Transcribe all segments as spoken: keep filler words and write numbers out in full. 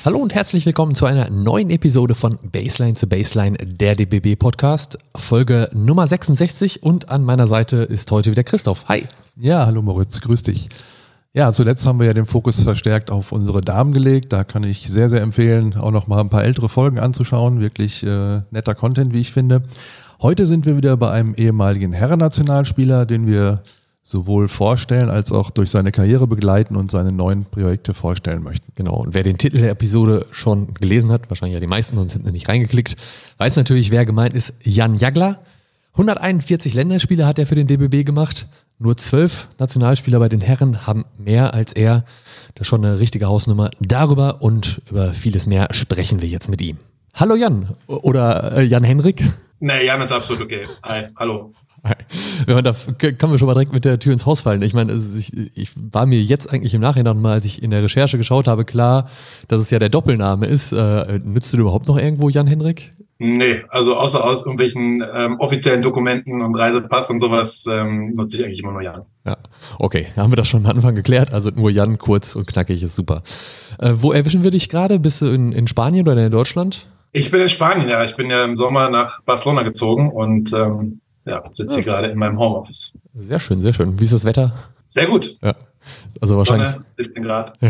Hallo und herzlich willkommen zu einer neuen Episode von Baseline zu Baseline, der D B B-Podcast, Folge Nummer sechsundsechzig, und an meiner Seite ist heute wieder Christoph. Hi. Ja, hallo Moritz, grüß dich. Ja, zuletzt haben wir ja den Fokus verstärkt auf unsere Damen gelegt. Da kann ich sehr, sehr empfehlen, auch noch mal ein paar ältere Folgen anzuschauen. Wirklich äh, netter Content, wie ich finde. Heute sind wir wieder bei einem ehemaligen Herrennationalspieler, den wir sowohl vorstellen als auch durch seine Karriere begleiten und seine neuen Projekte vorstellen möchten. Genau, und wer den Titel der Episode schon gelesen hat, wahrscheinlich ja die meisten, sonst sind nicht reingeklickt, weiß natürlich, wer gemeint ist. Jan Jagler. hunderteinundvierzig Länderspiele hat er für den D B B gemacht. Nur zwölf Nationalspieler bei den Herren haben mehr als er. Das ist schon eine richtige Hausnummer. Darüber und über vieles mehr sprechen wir jetzt mit ihm. Hallo Jan oder äh, Jan-Henrik. Nee, Jan ist absolut okay. Hi, hallo. Wenn man da kann man schon mal direkt mit der Tür ins Haus fallen. Ich meine, ich, ich war mir jetzt eigentlich im Nachhinein mal, als ich in der Recherche geschaut habe, klar, dass es ja der Doppelname ist. Äh, nützt du überhaupt noch irgendwo Jan-Henrik? Nee, also außer aus irgendwelchen ähm, offiziellen Dokumenten und Reisepass und sowas ähm, nutze ich eigentlich immer nur Jan. Ja, okay, da haben wir das schon am Anfang geklärt. Also nur Jan, kurz und knackig, ist super. Äh, wo erwischen wir dich gerade? Bist du in, in Spanien oder in Deutschland? Ich bin in Spanien, ja. Ich bin ja im Sommer nach Barcelona gezogen und ähm, ja, sitze hier ja. gerade in meinem Homeoffice. Sehr schön, sehr schön. Wie ist das Wetter? Sehr gut. Ja. Also wahrscheinlich. Sonne, siebzehn Grad. Ja.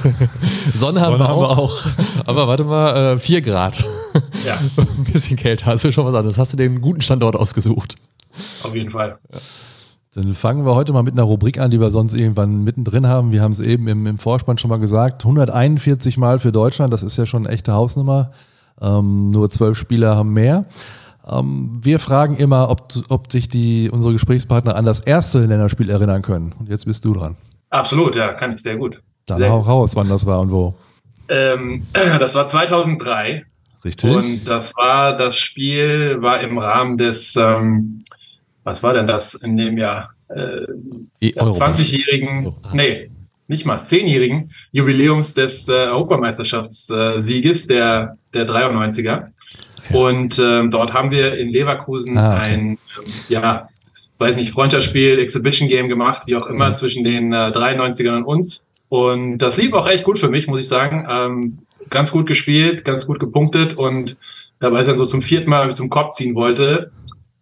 Sonne, haben, Sonne wir, haben auch. wir auch. Aber warte mal, äh, vier Grad. Ja. Ein bisschen kälter, also schon was anderes. Hast du den guten Standort ausgesucht? Auf jeden Fall. Ja. Dann fangen wir heute mal mit einer Rubrik an, die wir sonst irgendwann mittendrin haben. Wir haben es eben im, im Vorspann schon mal gesagt. hunderteinundvierzig Mal für Deutschland, das ist ja schon eine echte Hausnummer. Ähm, nur zwölf Spieler haben mehr. Ähm, wir fragen immer, ob, ob sich die, unsere Gesprächspartner an das erste Länderspiel erinnern können. Und jetzt bist du dran. Absolut, ja, kann ich sehr gut. Dann sehr hau gut. raus, wann das war und wo. Ähm, das war zweitausenddrei. Richtig. Und das war, das Spiel war im Rahmen des, ähm, was war denn das in dem Jahr? Äh, ja, zwanzigjährigen, so. ah. nee, nicht mal, zehnjährigen Jubiläums des äh, Europameisterschaftssieges der, der dreiundneunziger. Ja. Und ähm, dort haben wir in Leverkusen ah, okay. ein, ähm, ja, weiß nicht, Freundschaftsspiel, Exhibition Game gemacht, wie auch immer, mhm. zwischen den äh, dreiundneunzigern und uns. Und das lief auch echt gut für mich, muss ich sagen. Ähm, ganz gut gespielt, ganz gut gepunktet. Und da, weil ich dann so zum vierten Mal zum Korb ziehen wollte,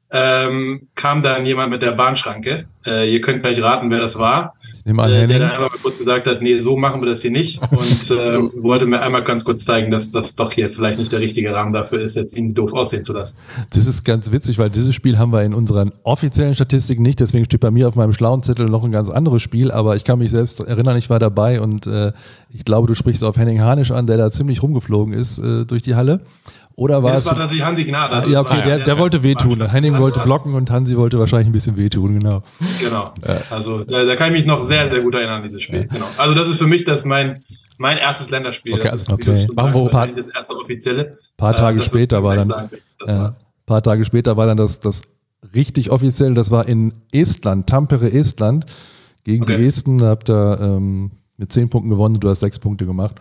ähm, kam dann jemand mit der Bahnschranke. Äh, ihr könnt gleich raten, wer das war. An, äh, der dann einmal kurz gesagt hat, nee, so machen wir das hier nicht. Und äh, wollte mir einmal ganz kurz zeigen, dass das doch hier vielleicht nicht der richtige Rahmen dafür ist, jetzt ihn doof aussehen zu lassen. Das ist ganz witzig, weil dieses Spiel haben wir in unseren offiziellen Statistiken nicht. Deswegen steht bei mir auf meinem schlauen Zettel noch ein ganz anderes Spiel. Aber ich kann mich selbst erinnern, ich war dabei und äh, ich glaube, du sprichst auf Henning Harnisch an, der da ziemlich rumgeflogen ist äh, durch die Halle. Oder war ja, das es war tatsächlich Hansi Gnade. Also ja, okay, der, der, der wollte wehtun. Henning wollte blocken und Hansi wollte wahrscheinlich ein bisschen wehtun, genau. Genau. Also da, da kann ich mich noch sehr, sehr gut erinnern an dieses Spiel. Ja. Genau. Also das ist für mich das mein, mein erstes Länderspiel. Okay, das ist okay. Machen wir paar, das erste offizielle. Ein paar Tage äh, später war dann, sagen, äh, paar Tage später war dann das, das richtig offiziell, das war in Estland, Tampere, Estland, gegen okay. die Esten. Da habt ihr ähm, mit zehn Punkten gewonnen, du hast sechs Punkte gemacht.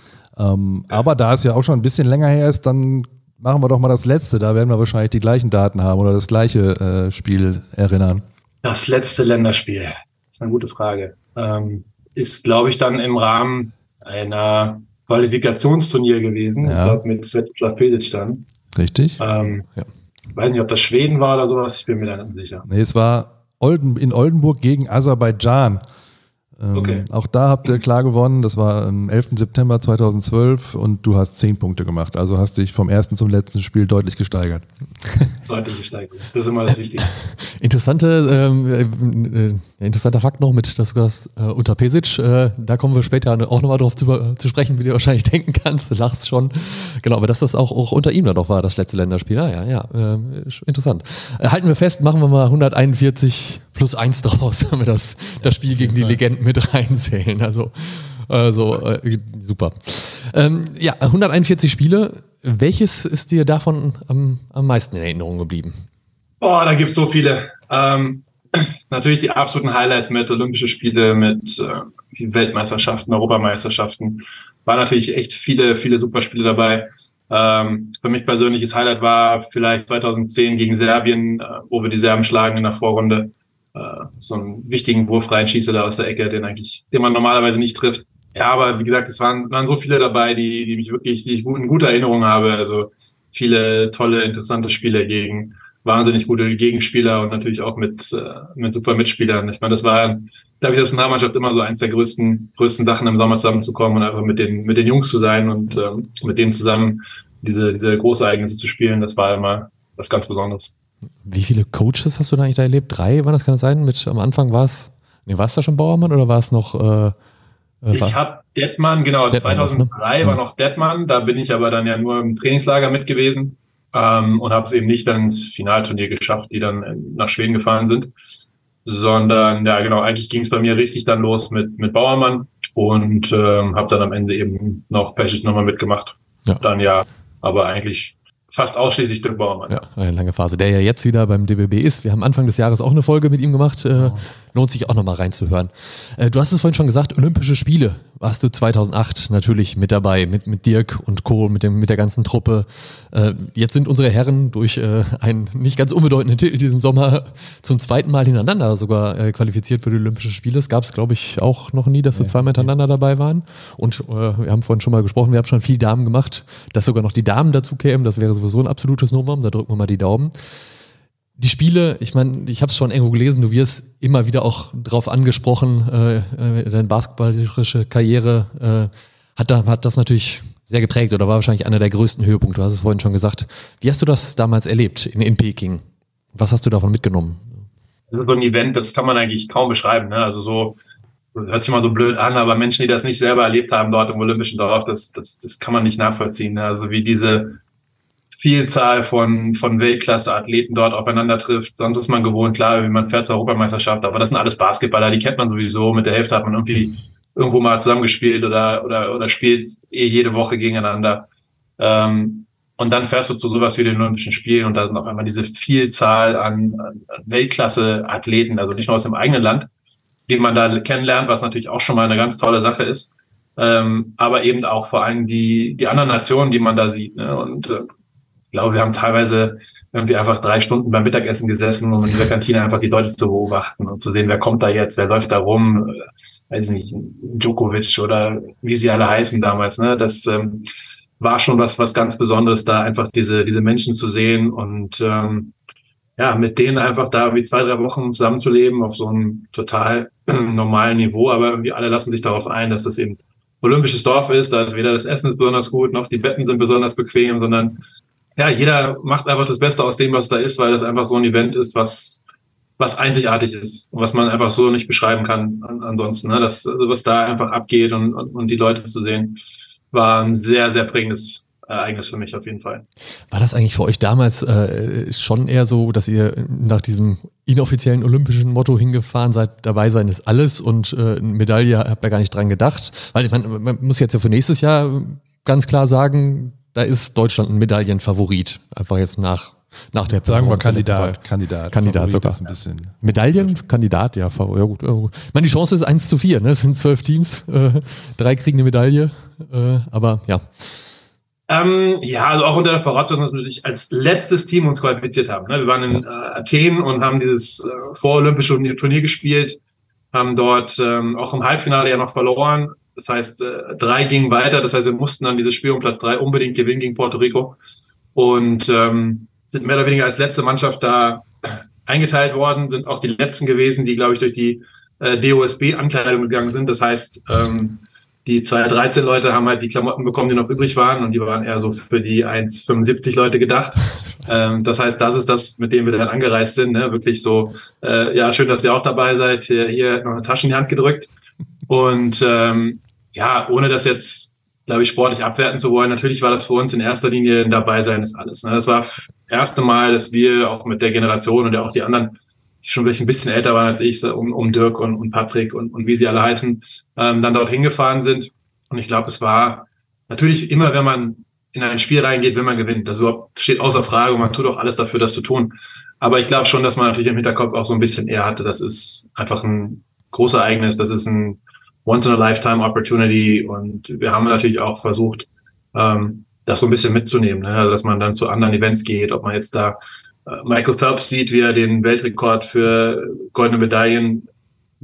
Ähm, ja. Aber da es ja auch schon ein bisschen länger her ist, dann machen wir doch mal das letzte. Da werden wir wahrscheinlich die gleichen Daten haben oder das gleiche äh, Spiel erinnern. Das letzte Länderspiel, das ist eine gute Frage. Ähm, ist, glaube ich, dann im Rahmen einer Qualifikationsturnier gewesen. Ja. Ich glaube, mit Svetslav Pesic dann. Richtig. Ähm, ja. Ich weiß nicht, ob das Schweden war oder sowas. Ich bin mir da nicht sicher. Nee, es war Olden, in Oldenburg gegen Aserbaidschan. Ähm, okay. Auch da habt ihr klar gewonnen, das war am elften September zweitausendzwölf und du hast zehn Punkte gemacht, also hast dich vom ersten zum letzten Spiel deutlich gesteigert. Deutlich gesteigert, das ist immer das Wichtige. Interessante, ähm, äh, interessanter Fakt noch mit, dass du das äh, unter Pesic, äh, da kommen wir später auch nochmal drauf zu, äh, zu sprechen, wie du wahrscheinlich denken kannst, du lachst schon. Genau, aber dass das auch, auch unter ihm dann doch war, das letzte Länderspiel, ah, ja, ja, äh, interessant. Äh, halten wir fest, machen wir mal hunderteinundvierzig plus eins draus, wenn wir das, das Spiel gegen die Legenden mit reinzählen. Also, also äh, super. Ähm, ja, hunderteinundvierzig Spiele. Welches ist dir davon am, am meisten in Erinnerung geblieben? Boah, da gibt es so viele. Ähm, natürlich die absoluten Highlights mit Olympische Spiele, mit äh, Weltmeisterschaften, Europameisterschaften. War natürlich echt viele, viele super Spiele dabei. Ähm, für mich persönliches Highlight war vielleicht zweitausendzehn gegen Serbien, äh, wo wir die Serben schlagen in der Vorrunde. So einen wichtigen Wurf reinschieße da aus der Ecke, den eigentlich, den man normalerweise nicht trifft. Ja, aber wie gesagt, es waren, waren so viele dabei, die, die mich wirklich, die ich in guter Erinnerung habe. Also viele tolle, interessante Spiele gegen wahnsinnig gute Gegenspieler und natürlich auch mit, äh, mit super Mitspielern. Ich meine, das war, glaube ich, das Nationalmannschaft immer so eins der größten, größten Sachen im Sommer zusammenzukommen und einfach mit den, mit den Jungs zu sein und ähm, mit denen zusammen diese, diese Großereignisse zu spielen. Das war immer was ganz Besonderes. Wie viele Coaches hast du da eigentlich da erlebt? Drei, wann das kann das sein? Mit, am Anfang war es, nee, war es da schon Bauermann oder war es noch, äh, Ich habe Detmann, genau, Detmann zweitausenddrei noch, ne? war noch Detmann, da bin ich aber dann ja nur im Trainingslager mit gewesen ähm, und habe es eben nicht dann ins Finalturnier geschafft, die dann nach Schweden gefahren sind, sondern ja genau, eigentlich ging es bei mir richtig dann los mit mit Bauermann und ähm, habe dann am Ende eben noch Pešić nochmal mitgemacht. Ja. Dann ja, aber eigentlich fast ausschließlich Dirk Bauermann. Ja, eine lange Phase, der ja jetzt wieder beim D B B ist. Wir haben Anfang des Jahres auch eine Folge mit ihm gemacht. Äh, oh. Lohnt sich auch nochmal reinzuhören. Äh, du hast es vorhin schon gesagt, Olympische Spiele warst du zweitausendacht natürlich mit dabei, mit, mit Dirk und Co., mit, dem, mit der ganzen Truppe. Äh, jetzt sind unsere Herren durch äh, einen nicht ganz unbedeutenden Titel diesen Sommer zum zweiten Mal hintereinander sogar äh, qualifiziert für die Olympischen Spiele. Es gab es, glaube ich, auch noch nie, dass wir ja, zweimal hintereinander ja. dabei waren. Und äh, wir haben vorhin schon mal gesprochen, wir haben schon viel Damen gemacht, dass sogar noch die Damen dazu kämen. Das wäre sowieso ein absolutes Novum, da drücken wir mal die Daumen. Die Spiele, ich meine, ich habe es schon irgendwo gelesen, du wirst immer wieder auch drauf angesprochen, äh, deine basketballerische Karriere äh, hat, da, hat das natürlich sehr geprägt oder war wahrscheinlich einer der größten Höhepunkte, du hast es vorhin schon gesagt. Wie hast du das damals erlebt in, in Peking? Was hast du davon mitgenommen? Das ist so ein Event, das kann man eigentlich kaum beschreiben, ne? Also so, hört sich mal so blöd an, aber Menschen, die das nicht selber erlebt haben dort im Olympischen Dorf, das, das, das kann man nicht nachvollziehen, ne? Also wie diese Vielzahl von, von Weltklasse-Athleten dort aufeinander trifft. Sonst ist man gewohnt, klar, wie man fährt zur Europameisterschaft, aber das sind alles Basketballer, die kennt man sowieso. Mit der Hälfte hat man irgendwie irgendwo mal zusammengespielt oder, oder, oder spielt eh jede Woche gegeneinander. Ähm, und dann fährst du zu sowas wie den Olympischen Spielen und da sind auf einmal diese Vielzahl an, an Weltklasse-Athleten, also nicht nur aus dem eigenen Land, die man da kennenlernt, was natürlich auch schon mal eine ganz tolle Sache ist. Ähm, aber eben auch vor allem die, die anderen Nationen, die man da sieht, ne? Und, äh, ich glaube, wir haben teilweise irgendwie einfach drei Stunden beim Mittagessen gesessen, um in dieser Kantine einfach die Leute zu beobachten und zu sehen, wer kommt da jetzt, wer läuft da rum, weiß nicht, Djokovic oder wie sie alle heißen damals, ne? Das ähm, war schon was, was ganz Besonderes, da einfach diese, diese Menschen zu sehen und ähm, ja, mit denen einfach da wie zwei, drei Wochen zusammenzuleben auf so einem total normalen Niveau, aber irgendwie alle lassen sich darauf ein, dass das eben olympisches Dorf ist, da ist weder das Essen ist besonders gut, noch die Betten sind besonders bequem, sondern ja, jeder macht einfach das Beste aus dem, was da ist, weil das einfach so ein Event ist, was was einzigartig ist und was man einfach so nicht beschreiben kann an, ansonsten. Ne? Das, also was da einfach abgeht und, und, und die Leute zu sehen, war ein sehr, sehr prägendes Ereignis für mich auf jeden Fall. War das eigentlich für euch damals äh, schon eher so, dass ihr nach diesem inoffiziellen olympischen Motto hingefahren seid, dabei sein ist alles und äh, eine Medaille habt ihr gar nicht dran gedacht? Weil ich meine, man muss jetzt ja für nächstes Jahr ganz klar sagen, da ist Deutschland ein Medaillenfavorit. Einfach jetzt nach, nach der Sagen wir Kandidat. Kandidat. Kandidat sogar. Ist ein bisschen Medaillenkandidat, ja. Ja gut, ja gut. Ich meine, die Chance ist eins zu vier, ne? Es sind zwölf Teams, äh, drei kriegen eine Medaille, äh, aber ja. Ähm, ja, also auch unter der Voraussetzung, dass wir natürlich als letztes Team uns qualifiziert haben. Ne? Wir waren in äh, Athen und haben dieses äh, vorolympische Turnier gespielt, haben dort ähm, auch im Halbfinale ja noch verloren. Das heißt, äh, drei gingen weiter. Das heißt, wir mussten dann dieses Spiel um Platz drei unbedingt gewinnen gegen Puerto Rico und ähm, sind mehr oder weniger als letzte Mannschaft da eingeteilt worden, sind auch die letzten gewesen, die, glaube ich, durch die äh, D O S B-Ankleidung gegangen sind. Das heißt, ähm, die zwei dreizehn Leute haben halt die Klamotten bekommen, die noch übrig waren und die waren eher so für die eins fünfundsiebzig Leute gedacht. Ähm, das heißt, das ist das, mit dem wir dann angereist sind. Ne? Wirklich so, äh, ja, schön, dass ihr auch dabei seid. Hier, hier noch eine Tasche in die Hand gedrückt. Und ähm, ja, ohne das jetzt, glaube ich, sportlich abwerten zu wollen, natürlich war das für uns in erster Linie ein Dabeisein ist alles. Ne? Das war das erste Mal, dass wir auch mit der Generation und ja auch die anderen, die schon vielleicht ein bisschen älter waren als ich, um, um Dirk und, und Patrick und, und wie sie alle heißen, ähm, dann dorthin gefahren sind. Und ich glaube, es war natürlich immer, wenn man in ein Spiel reingeht, will man gewinnen. Das überhaupt steht außer Frage und man tut auch alles dafür, das zu tun. Aber ich glaube schon, dass man natürlich im Hinterkopf auch so ein bisschen eher hatte, das ist einfach ein großes Ereignis, das ist ein Once-in-a-Lifetime-Opportunity und wir haben natürlich auch versucht, ähm, das so ein bisschen mitzunehmen, ne? Also, dass man dann zu anderen Events geht, ob man jetzt da äh, Michael Phelps sieht, wie er den Weltrekord für goldene Medaillen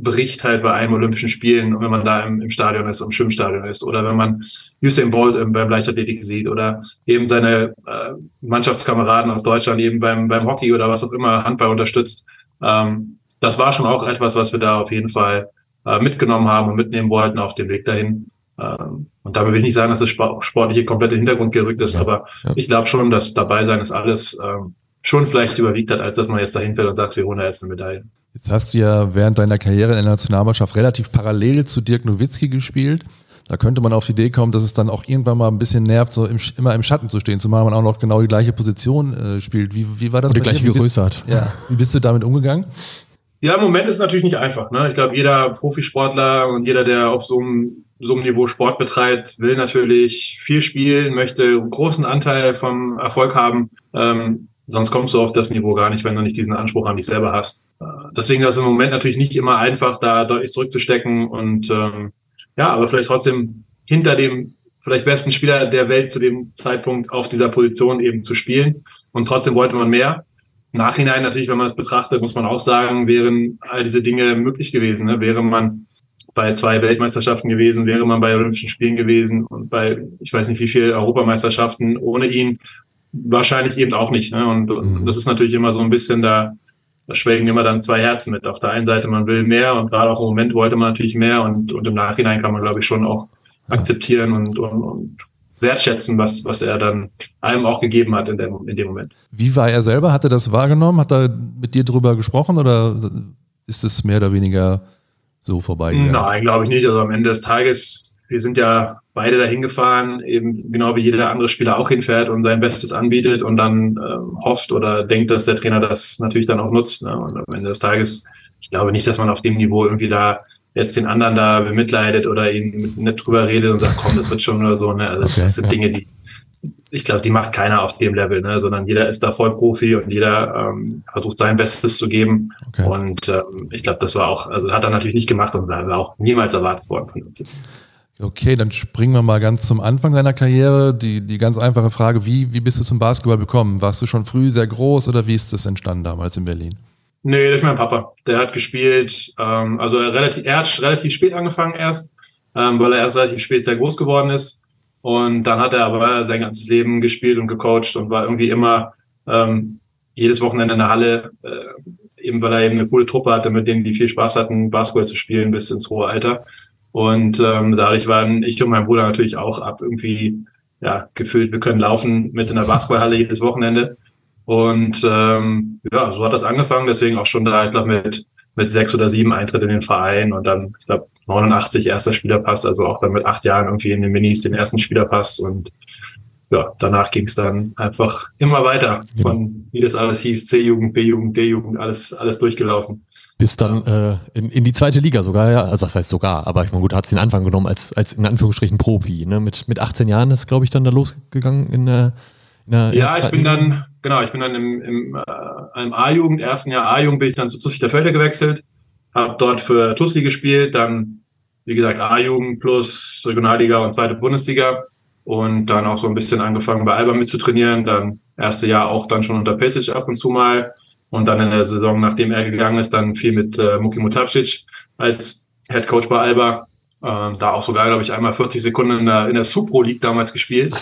bricht halt bei einem Olympischen Spielen, wenn man da im, im Stadion ist, im Schwimmstadion ist, oder wenn man Usain Bolt beim Leichtathletik sieht oder eben seine äh, Mannschaftskameraden aus Deutschland eben beim, beim Hockey oder was auch immer Handball unterstützt. Ähm, das war schon auch etwas, was wir da auf jeden Fall äh, mitgenommen haben und mitnehmen wollten auf dem Weg dahin. Ähm, und damit will ich nicht sagen, dass das sportliche komplette Hintergrund gerückt ist, ja, aber ja. Ich glaube schon, dass dabei sein ist alles ähm, schon vielleicht überwiegt hat, als dass man jetzt dahin fällt und sagt, wir holen da jetzt eine Medaille. Jetzt hast du ja während deiner Karriere in der Nationalmannschaft relativ parallel zu Dirk Nowitzki gespielt. Da könnte man auf die Idee kommen, dass es dann auch irgendwann mal ein bisschen nervt, so im, immer im Schatten zu stehen, zumal man auch noch genau die gleiche Position äh, spielt. Wie, wie war das? Und die gleiche Größe hat. Ja. Wie bist du damit umgegangen? Ja, im Moment ist es natürlich nicht einfach. Ne? Ich glaube, jeder Profisportler und jeder, der auf so einem, so einem Niveau Sport betreibt, will natürlich viel spielen, möchte einen großen Anteil vom Erfolg haben. Ähm, sonst kommst du auf das Niveau gar nicht, wenn du nicht diesen Anspruch an dich selber hast. Äh, deswegen ist es im Moment natürlich nicht immer einfach, da deutlich zurückzustecken und ähm, ja, aber vielleicht trotzdem hinter dem vielleicht besten Spieler der Welt zu dem Zeitpunkt auf dieser Position eben zu spielen. Und trotzdem wollte man mehr. Im Nachhinein natürlich, wenn man es betrachtet, muss man auch sagen, wären all diese Dinge möglich gewesen. Ne? Wäre man bei zwei Weltmeisterschaften gewesen, wäre man bei Olympischen Spielen gewesen und bei, ich weiß nicht wie viel Europameisterschaften ohne ihn, wahrscheinlich eben auch nicht. Ne? Und, mhm. und das ist natürlich immer so ein bisschen, da, da schwelgen immer dann zwei Herzen mit. Auf der einen Seite, man will mehr und gerade auch im Moment wollte man natürlich mehr und, und im Nachhinein kann man, glaube ich, schon auch akzeptieren und, und, und wertschätzen, was, was er dann einem auch gegeben hat in dem, in dem Moment. Wie war er selber? Hat er das wahrgenommen? Hat er mit dir drüber gesprochen oder ist es mehr oder weniger so vorbei? Nein, glaube ich nicht. Also am Ende des Tages, wir sind ja beide dahin gefahren, eben genau wie jeder andere Spieler auch hinfährt und sein Bestes anbietet und dann ähm, hofft oder denkt, dass der Trainer das natürlich dann auch nutzt. Ne? Und am Ende des Tages, ich glaube nicht, dass man auf dem Niveau irgendwie da jetzt den anderen da bemitleidet oder ihn nicht drüber redet und sagt, komm, das wird schon oder so. Ne? Also okay, das sind ja. Dinge, die, ich glaube, die macht keiner auf dem Level, ne? Sondern jeder ist da voll Profi und jeder ähm, versucht sein Bestes zu geben. Okay. Und ähm, ich glaube, das war auch, also hat er natürlich nicht gemacht und war auch niemals erwartet worden von ihm. Okay, dann springen wir mal ganz zum Anfang deiner Karriere. Die, die ganz einfache Frage, wie, wie bist du zum Basketball gekommen? Warst du schon früh sehr groß oder wie ist das entstanden damals in Berlin? Nee, das ist mein Papa. Der hat gespielt, ähm, also relativ, er hat relativ spät angefangen erst, ähm, weil er erst relativ spät sehr groß geworden ist. Und dann hat er aber sein ganzes Leben gespielt und gecoacht und war irgendwie immer ähm, jedes Wochenende in der Halle, äh, eben weil er eben eine coole Truppe hatte, mit denen die viel Spaß hatten, Basketball zu spielen bis ins hohe Alter. Und ähm, dadurch waren ich und mein Bruder natürlich auch ab irgendwie, ja, gefühlt, wir können laufen mit in der Basketballhalle jedes Wochenende. Und ähm, ja, so hat das angefangen, deswegen auch schon da, ich glaube, mit mit sechs oder sieben Eintritt in den Verein und dann, ich glaube, neunundachtzig erster Spielerpass, also auch dann mit acht Jahren irgendwie in den Minis den ersten Spielerpass und ja, danach ging es dann einfach immer weiter. Genau. Von, wie das alles hieß, C-Jugend, B-Jugend, D-Jugend, alles alles durchgelaufen. Bis dann äh, in, in die zweite Liga sogar, ja, also das heißt sogar, aber ich meine, gut, hat es den Anfang genommen als als in Anführungsstrichen Profi, ne? Mit mit achtzehn Jahren ist, glaube ich, dann da losgegangen in der in der, in ja, der ich bin dann, genau, ich bin dann im, im, äh, im A-Jugend, ersten Jahr A-Jugend bin ich dann zu Zuchterfelde gewechselt, habe dort für Tusli gespielt, dann, wie gesagt, A-Jugend plus Regionalliga und zweite Bundesliga und dann auch so ein bisschen angefangen bei Alba mitzutrainieren, dann erste Jahr auch dann schon unter Pesic ab und zu mal und dann in der Saison, nachdem er gegangen ist, dann viel mit äh, Muki Mutapcic als Head Coach bei Alba. Ähm, da auch sogar, glaube ich, einmal vierzig Sekunden in der, in der Supro League damals gespielt.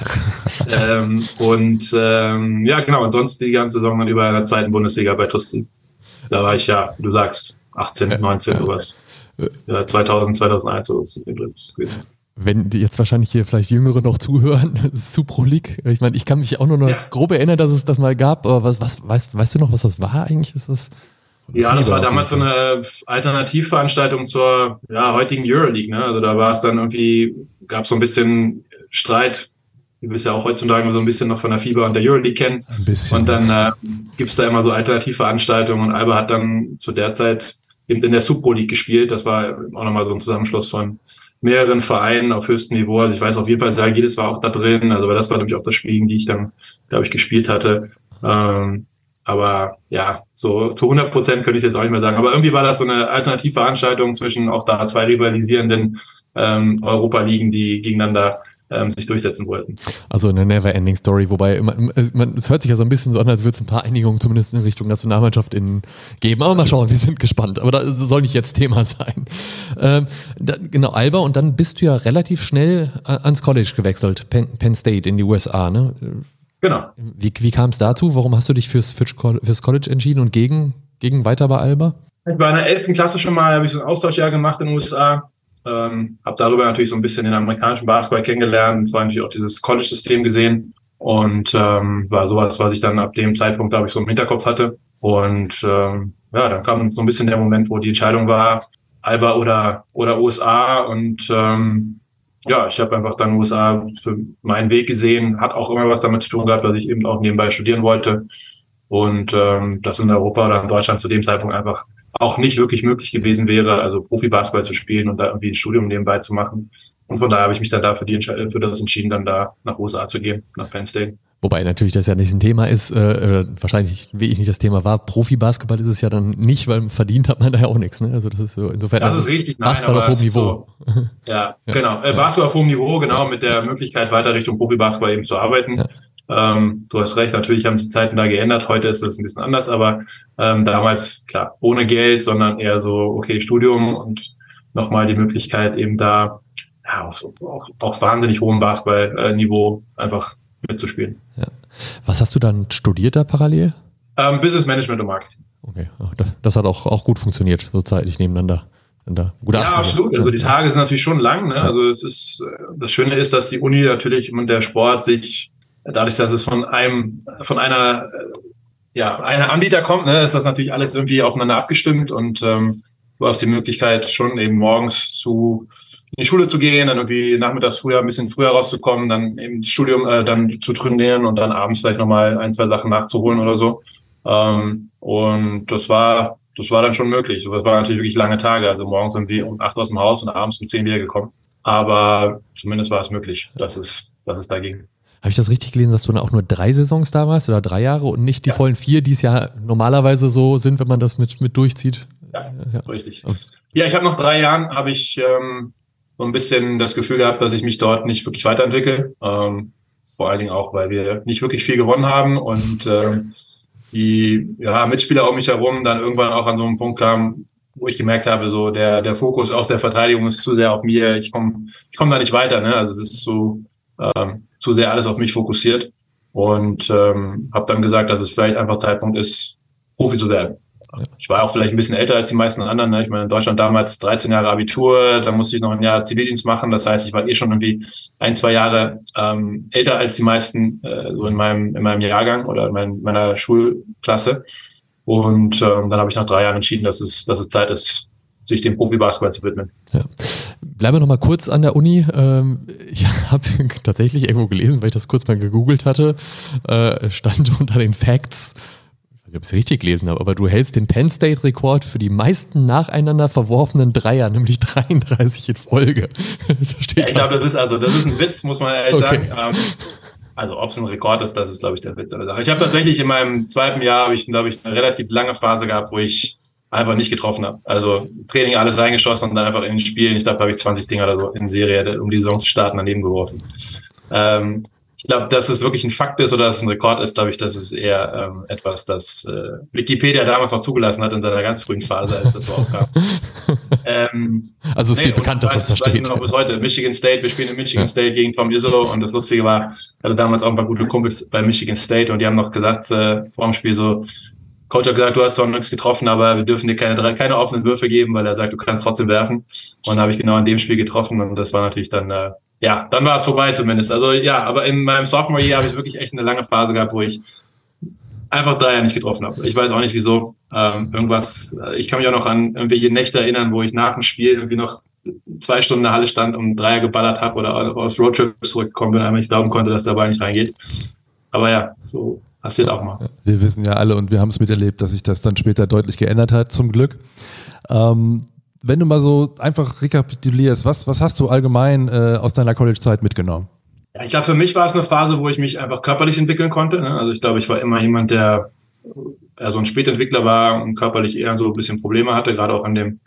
ähm, und ähm, ja, genau, und sonst die ganze Saison dann über in der zweiten Bundesliga bei Tusli. Da war ich ja, du sagst, achtzehn, neunzehn, sowas. Ja, zweitausend, zweitausendeins, so ist es gewesen. Wenn die jetzt wahrscheinlich hier vielleicht Jüngere noch zuhören, Supro League, ich meine, ich kann mich auch nur noch ja. grob erinnern, dass es das mal gab, aber was, was, weißt, weißt du noch, was das war eigentlich? Ist das... Ja, das war damals so eine Alternativveranstaltung zur ja, heutigen Euroleague. Ne? Also da war es dann irgendwie, gab es so ein bisschen Streit, wie wir es ja auch heutzutage so ein bisschen noch von der FIBA und der Euroleague kennen. Ein bisschen. Und dann äh, gibt es da immer so Alternativveranstaltungen und Alba hat dann zu der Zeit eben in der Supro League gespielt. Das war auch nochmal so ein Zusammenschluss von mehreren Vereinen auf höchstem Niveau. Also ich weiß auf jeden Fall, Sergilis war auch da drin. Also das war nämlich auch das Spiel, gegen die ich dann, glaube ich, gespielt hatte. Ähm, Aber ja, so zu hundert Prozent könnte ich jetzt auch nicht mehr sagen. Aber irgendwie war das so eine Alternativveranstaltung zwischen auch da zwei rivalisierenden ähm, Europa-Ligen, die gegeneinander ähm, sich durchsetzen wollten. Also eine never-ending Story, wobei man, man, es hört sich ja so ein bisschen so an, als würde es ein paar Einigungen zumindest in Richtung Nationalmannschaft in, geben. Aber mal schauen, wir sind gespannt. Aber das soll nicht jetzt Thema sein. Ähm, da, genau, Alba, und dann bist du ja relativ schnell ans College gewechselt, Penn, Penn State in die U S A, ne? Genau. Wie, wie kam es dazu? Warum hast du dich fürs, fürs College entschieden und gegen, gegen weiter bei Alba? Ich war in der elften Klasse schon mal, habe ich so ein Austauschjahr gemacht in den U S A. Ähm, habe darüber natürlich so ein bisschen den amerikanischen Basketball kennengelernt, vor allem natürlich auch dieses College-System gesehen und ähm, war sowas, was ich dann ab dem Zeitpunkt, glaube ich, so im Hinterkopf hatte. Und ähm, ja, dann kam so ein bisschen der Moment, wo die Entscheidung war, Alba oder oder U S A. Und ähm, ja, ich habe einfach dann U S A für meinen Weg gesehen, hat auch immer was damit zu tun gehabt, dass ich eben auch nebenbei studieren wollte. Und ähm, das in Europa oder in Deutschland zu dem Zeitpunkt einfach auch nicht wirklich möglich gewesen wäre, also Profi-Basketball zu spielen und da irgendwie ein Studium nebenbei zu machen. Und von daher habe ich mich dann da für, die Entscheidung, für das entschieden, dann da nach U S A zu gehen, nach Penn State. Wobei natürlich das ja nicht ein Thema ist, äh, wahrscheinlich wirklich nicht das Thema war. Profi-Basketball ist es ja dann nicht, weil verdient hat man da ja auch nichts. Ne? Also das ist so, insofern das ist richtig, nein, Basketball auf hohem Niveau. So, ja, ja, genau. Äh, Basketball auf hohem Niveau, genau, mit der Möglichkeit, weiter Richtung Profi-Basketball eben zu arbeiten. Ja. Ähm, du hast recht, natürlich haben sich die Zeiten da geändert. Heute ist das ein bisschen anders, aber ähm, damals, klar, ohne Geld, sondern eher so, okay, Studium und nochmal die Möglichkeit eben da ja, auf, auf, auf wahnsinnig hohem Basketball-Niveau einfach mitzuspielen. Ja. Was hast du dann studiert da parallel? Ähm, Business Management und Marketing. Okay, das, das hat auch, auch gut funktioniert, so zeitlich nebeneinander. Da ja, absolut. Also die Tage sind natürlich schon lang. Ne? Ja. Also es ist, das Schöne ist, dass die Uni natürlich und der Sport sich dadurch, dass es von einem, von einer, ja, einer Anbieter kommt, ne, ist das natürlich alles irgendwie aufeinander abgestimmt und ähm, du hast die Möglichkeit schon eben morgens zu in die Schule zu gehen, dann irgendwie nachmittags früher ein bisschen früher rauszukommen, dann eben das Studium äh, dann zu trainieren und dann abends vielleicht nochmal ein, zwei Sachen nachzuholen oder so. Ähm, und das war, das war dann schon möglich. Das waren natürlich wirklich lange Tage. Also morgens sind wir um acht aus dem Haus und abends um zehn wieder gekommen. Aber zumindest war es möglich, dass es, dass es da ging. Habe ich das richtig gelesen, dass du auch nur drei Saisons da warst oder drei Jahre und nicht die ja. vollen vier, die es ja normalerweise so sind, wenn man das mit, mit durchzieht? Ja, ja. richtig. Ja, ich habe nach drei Jahren habe ich ähm, so ein bisschen das Gefühl gehabt, dass ich mich dort nicht wirklich weiterentwickle. Ähm, vor allen Dingen auch, weil wir nicht wirklich viel gewonnen haben und ähm, die ja, Mitspieler um mich herum dann irgendwann auch an so einen Punkt kamen, wo ich gemerkt habe, so der der Fokus auch der Verteidigung ist zu sehr auf mir. Ich komme ich komme da nicht weiter. Ne? Also das ist so ähm, zu sehr alles auf mich fokussiert und ähm, habe dann gesagt, dass es vielleicht einfach Zeitpunkt ist, Profi zu werden. Ja. Ich war auch vielleicht ein bisschen älter als die meisten anderen. Ne? Ich meine, in Deutschland damals dreizehn Jahre Abitur, da musste ich noch ein Jahr Zivildienst machen. Das heißt, ich war eh schon irgendwie ein, zwei Jahre ähm, älter als die meisten äh, so in meinem in meinem Jahrgang oder in mein, meiner Schulklasse. Und ähm, dann habe ich nach drei Jahren entschieden, dass es, dass es Zeit ist, sich dem Profi-Basketball zu widmen. Ja. Bleiben wir noch mal kurz an der Uni. Ähm, ich habe tatsächlich irgendwo gelesen, weil ich das kurz mal gegoogelt hatte, äh, stand unter den Facts, ich weiß nicht, ob ich es richtig gelesen habe, aber du hältst den Penn State-Rekord für die meisten nacheinander verworfenen Dreier, nämlich dreiunddreißig in Folge. Das steht ja, ich glaube, das ist also, das ist ein Witz, muss man ehrlich okay. sagen. Ähm, also ob es ein Rekord ist, das ist, glaube ich, der Witz an der Sache. Ich habe tatsächlich in meinem zweiten Jahr, habe ich, glaube ich, eine relativ lange Phase gehabt, wo ich einfach nicht getroffen habe. Also Training alles reingeschossen und dann einfach in den Spielen. Ich glaube, habe ich zwanzig Dinger oder so in Serie, um die Saison zu starten, daneben geworfen. Ähm, ich glaube, dass es wirklich ein Fakt ist oder dass es ein Rekord ist, glaube ich, das ist eher ähm, etwas, das äh, Wikipedia damals noch zugelassen hat in seiner ganz frühen Phase, als das so aufkam. ähm, also es ist nee, bekannt, dass das da steht. Noch bis heute. Michigan State, wir spielen in Michigan ja. State gegen Tom Izzo und das Lustige war, ich hatte damals auch ein paar gute Kumpels bei Michigan State und die haben noch gesagt, äh, vor dem Spiel so, Coach hat gesagt, du hast doch nichts getroffen, aber wir dürfen dir keine, keine offenen Würfe geben, weil er sagt, du kannst trotzdem werfen. Und dann habe ich genau in dem Spiel getroffen und das war natürlich dann, äh, ja, dann war es vorbei zumindest. Also ja, aber in meinem Sophomore Year habe ich wirklich echt eine lange Phase gehabt, wo ich einfach Dreier nicht getroffen habe. Ich weiß auch nicht wieso. Ähm, irgendwas, ich kann mich auch noch an irgendwelche Nächte erinnern, wo ich nach dem Spiel irgendwie noch zwei Stunden in der Halle stand und Dreier geballert habe oder aus Roadtrips zurückgekommen bin, weil ich nicht glauben konnte, dass der Ball nicht reingeht. Aber ja, so passiert auch mal. Wir wissen ja alle und wir haben es miterlebt, dass sich das dann später deutlich geändert hat, zum Glück. Ähm, wenn du mal so einfach rekapitulierst, was, was hast du allgemein äh, aus deiner College-Zeit mitgenommen? Ja, ich glaube, für mich war es eine Phase, wo ich mich einfach körperlich entwickeln konnte. Ne? Also ich glaube, ich war immer jemand, der eher so ein Spätentwickler war und körperlich eher so ein bisschen Probleme hatte, gerade auch an dem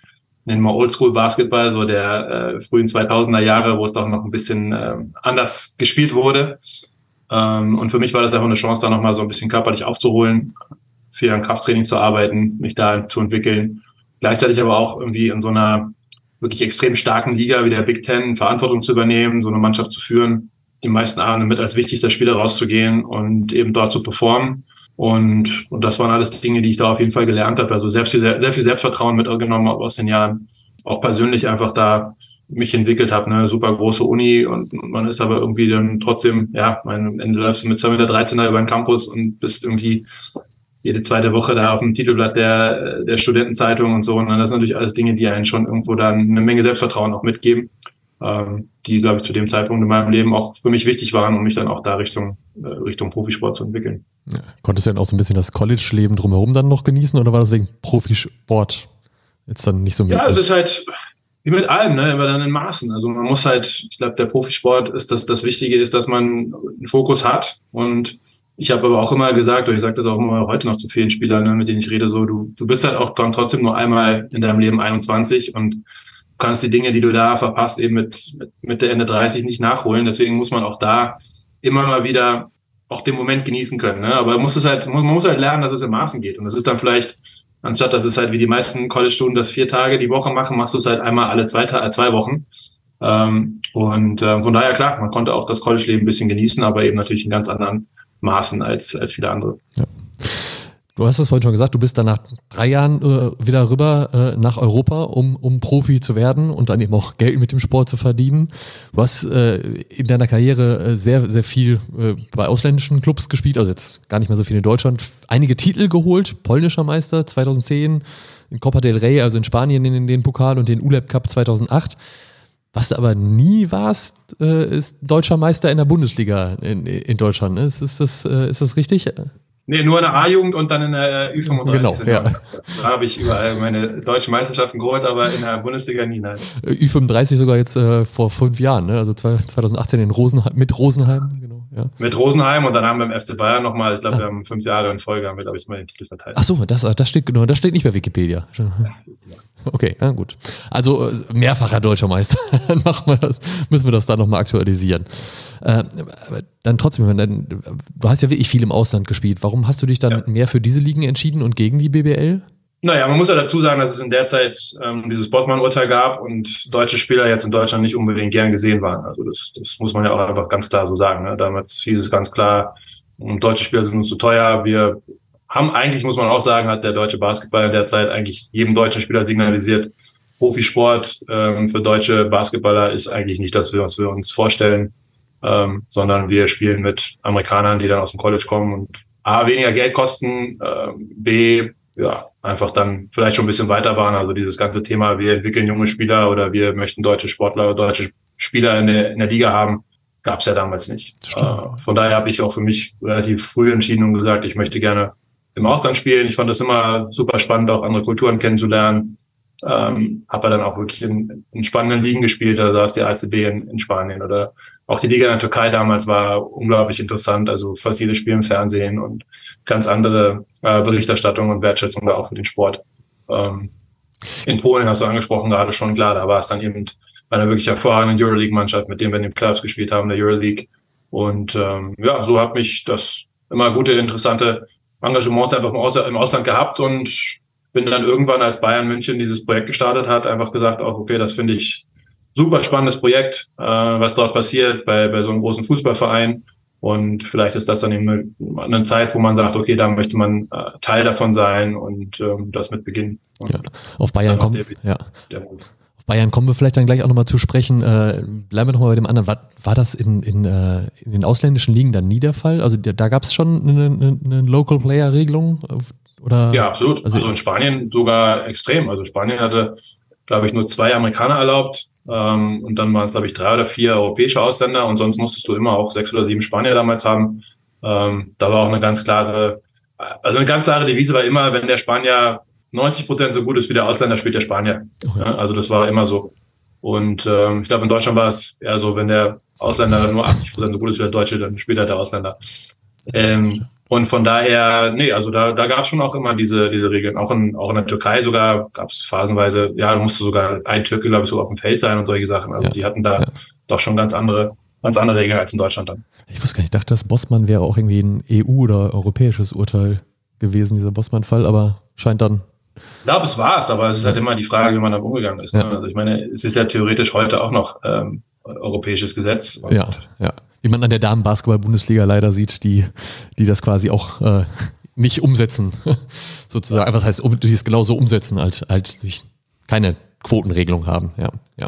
nennen wir Oldschool-Basketball, so der äh, frühen zweitausender Jahre, wo es doch noch ein bisschen äh, anders gespielt wurde. Ähm, und für mich war das einfach eine Chance, da nochmal so ein bisschen körperlich aufzuholen, viel an Krafttraining zu arbeiten, mich da zu entwickeln. Gleichzeitig aber auch irgendwie in so einer wirklich extrem starken Liga wie der Big Ten Verantwortung zu übernehmen, so eine Mannschaft zu führen, die meisten Abende mit als wichtigster Spieler rauszugehen und eben dort zu performen. Und, und das waren alles Dinge, die ich da auf jeden Fall gelernt habe. Also selbst sehr, sehr viel Selbstvertrauen mitgenommen habe aus den Jahren. Auch persönlich einfach da mich entwickelt habe. Ne? Super große Uni und man ist aber irgendwie dann trotzdem, ja, am Ende läufst du mit zwei Meter dreizehn über den Campus und bist irgendwie jede zweite Woche da auf dem Titelblatt der, der Studentenzeitung und so. Und das sind natürlich alles Dinge, die einen schon irgendwo dann eine Menge Selbstvertrauen auch mitgeben, ähm, die, glaube ich, zu dem Zeitpunkt in meinem Leben auch für mich wichtig waren, um mich dann auch da Richtung, äh, Richtung Profisport zu entwickeln. Ja. Konntest du denn auch so ein bisschen das College-Leben drumherum dann noch genießen oder war das wegen Profisport jetzt dann nicht so möglich? Ja, es ist halt wie mit allem, ne, immer dann in Maßen. Also man muss halt, ich glaube, der Profisport ist das, das Wichtige ist, dass man einen Fokus hat. Und ich habe aber auch immer gesagt, und ich sage das auch immer heute noch zu vielen Spielern, ne, mit denen ich rede, so, du, du bist halt auch dann trotzdem nur einmal in deinem Leben einundzwanzig und du kannst die Dinge, die du da verpasst, eben mit, mit Mitte, Ende dreißig nicht nachholen. Deswegen muss man auch da immer mal wieder auch den Moment genießen können. Ne? Aber man muss es halt, man muss halt lernen, dass es in Maßen geht. Und das ist dann vielleicht, anstatt dass es halt wie die meisten College-Studenten das vier Tage die Woche machen, machst du es halt einmal alle zwei, äh, zwei Wochen. Ähm, und äh, von daher, klar, man konnte auch das College-Leben ein bisschen genießen, aber eben natürlich in ganz anderen Maßen als, als viele andere. Ja. Du hast es vorhin schon gesagt, du bist dann nach drei Jahren äh, wieder rüber äh, nach Europa, um, um Profi zu werden und dann eben auch Geld mit dem Sport zu verdienen. Du hast äh, in deiner Karriere äh, sehr, sehr viel äh, bei ausländischen Clubs gespielt, also jetzt gar nicht mehr so viel in Deutschland. Einige Titel geholt, polnischer Meister zweitausendzehn, in Copa del Rey, also in Spanien in den Pokal und den U L E B Cup zweitausendacht. Was du aber nie warst, äh, ist deutscher Meister in der Bundesliga in, in Deutschland. Ist, ist, das, äh, ist das richtig? Nee, nur in der A-Jugend und dann in der Ü fünfunddreißig. Genau, ja. Da habe ich überall meine deutschen Meisterschaften geholt, aber in der Bundesliga nie, nein. Ü fünfunddreißig sogar jetzt äh, vor fünf Jahren, ne? Also zweitausendachtzehn in Rosenheim, mit Rosenheim. Genau, ja. Mit Rosenheim und dann haben wir im F C Bayern nochmal, ich glaube, ah. wir haben fünf Jahre in Folge, haben wir, glaube ich, mal den Titel verteilt. Ach so, das, das steht genau, das steht nicht bei Wikipedia. Ja, okay, ja, gut. Also mehrfacher deutscher Meister. Dann machen wir das, müssen wir das da nochmal aktualisieren. Äh, dann trotzdem, dann, du hast ja wirklich viel im Ausland gespielt. Warum hast du dich dann ja. mehr für diese Ligen entschieden und gegen die B B L? Naja, man muss ja dazu sagen, dass es in der Zeit ähm, dieses Bosman-Urteil gab und deutsche Spieler jetzt in Deutschland nicht unbedingt gern gesehen waren. Also das, das muss man ja auch einfach ganz klar so sagen. Ne? Damals hieß es ganz klar, deutsche Spieler sind uns zu teuer. Wir haben eigentlich, muss man auch sagen, hat der deutsche Basketball in der Zeit eigentlich jedem deutschen Spieler signalisiert, Profisport ähm, für deutsche Basketballer ist eigentlich nicht das, was wir uns vorstellen, ähm, sondern wir spielen mit Amerikanern, die dann aus dem College kommen und A, weniger Geld kosten, äh, B, ja, einfach dann vielleicht schon ein bisschen weiter waren. Also dieses ganze Thema, wir entwickeln junge Spieler oder wir möchten deutsche Sportler oder deutsche Spieler in der, in der Liga haben, gab es ja damals nicht. Äh, von daher habe ich auch für mich relativ früh entschieden und gesagt, ich möchte gerne im Ausland spielen. Ich fand das immer super spannend, auch andere Kulturen kennenzulernen. Ähm, habe dann auch wirklich in, in spannenden Ligen gespielt, da saß die A C B in, in Spanien oder auch die Liga in der Türkei damals war unglaublich interessant, also fast jedes Spiel im Fernsehen und ganz andere äh, Berichterstattung und Wertschätzung da auch für den Sport. Ähm, in Polen hast du angesprochen gerade schon, klar, da war es dann eben bei einer wirklich hervorragenden Euroleague-Mannschaft, mit dem wir in den Playoffs gespielt haben, der Euroleague und ähm, ja, so hat mich das immer gute, interessante Engagements einfach im, Aus- im Ausland gehabt und bin dann irgendwann, als Bayern München dieses Projekt gestartet hat, einfach gesagt, auch okay, das finde ich super spannendes Projekt, äh, was dort passiert bei, bei so einem großen Fußballverein. Und vielleicht ist das dann eben eine, eine Zeit, wo man sagt, okay, da möchte man äh, Teil davon sein und ähm, das mit beginnen. Und ja, auf Bayern kommen, der, ja. Der auf Bayern kommen wir vielleicht dann gleich auch nochmal zu sprechen. Äh, bleiben wir nochmal bei dem anderen. War, war das in, in, äh, in den ausländischen Ligen dann nie der Fall? Also da, da gab es schon eine, eine, eine Local-Player-Regelung? Oder? Ja, absolut. Also, also in Spanien sogar extrem. Also Spanien hatte, glaube ich, nur zwei Amerikaner erlaubt ähm, und dann waren es, glaube ich, drei oder vier europäische Ausländer und sonst musstest du immer auch sechs oder sieben Spanier damals haben. Ähm, da war auch eine ganz klare, also eine ganz klare Devise war immer, wenn der Spanier neunzig Prozent so gut ist wie der Ausländer, spielt der Spanier. Okay. Ja, also das war immer so. Und ähm, ich glaube, in Deutschland war es eher so, wenn der Ausländer nur achtzig Prozent so gut ist wie der Deutsche, dann spielt halt der Ausländer. Ähm, Und von daher, nee, also da, da gab es schon auch immer diese, diese Regeln. Auch in, auch in der Türkei sogar gab es phasenweise, ja, da musste sogar ein Türke, glaube ich, so auf dem Feld sein und solche Sachen. Also ja, die hatten da ja. doch schon ganz andere, ganz andere Regeln als in Deutschland dann. Ich wusste gar nicht, ich dachte, das Bossmann wäre auch irgendwie ein E U- oder europäisches Urteil gewesen, dieser Bossmann-Fall, aber scheint dann. Ich glaube, es war es, aber es ist halt immer die Frage, wie man damit umgegangen ist. Ja. Ne? Also ich meine, es ist ja theoretisch heute auch noch ähm, europäisches Gesetz. Und ja, ja. Wie man an der Damen-Basketball-Bundesliga leider sieht, die, die das quasi auch äh, nicht umsetzen, sozusagen. Ja. Was heißt, um, die es genauso umsetzen, halt, halt sich keine Quotenregelung haben. Ja, ja.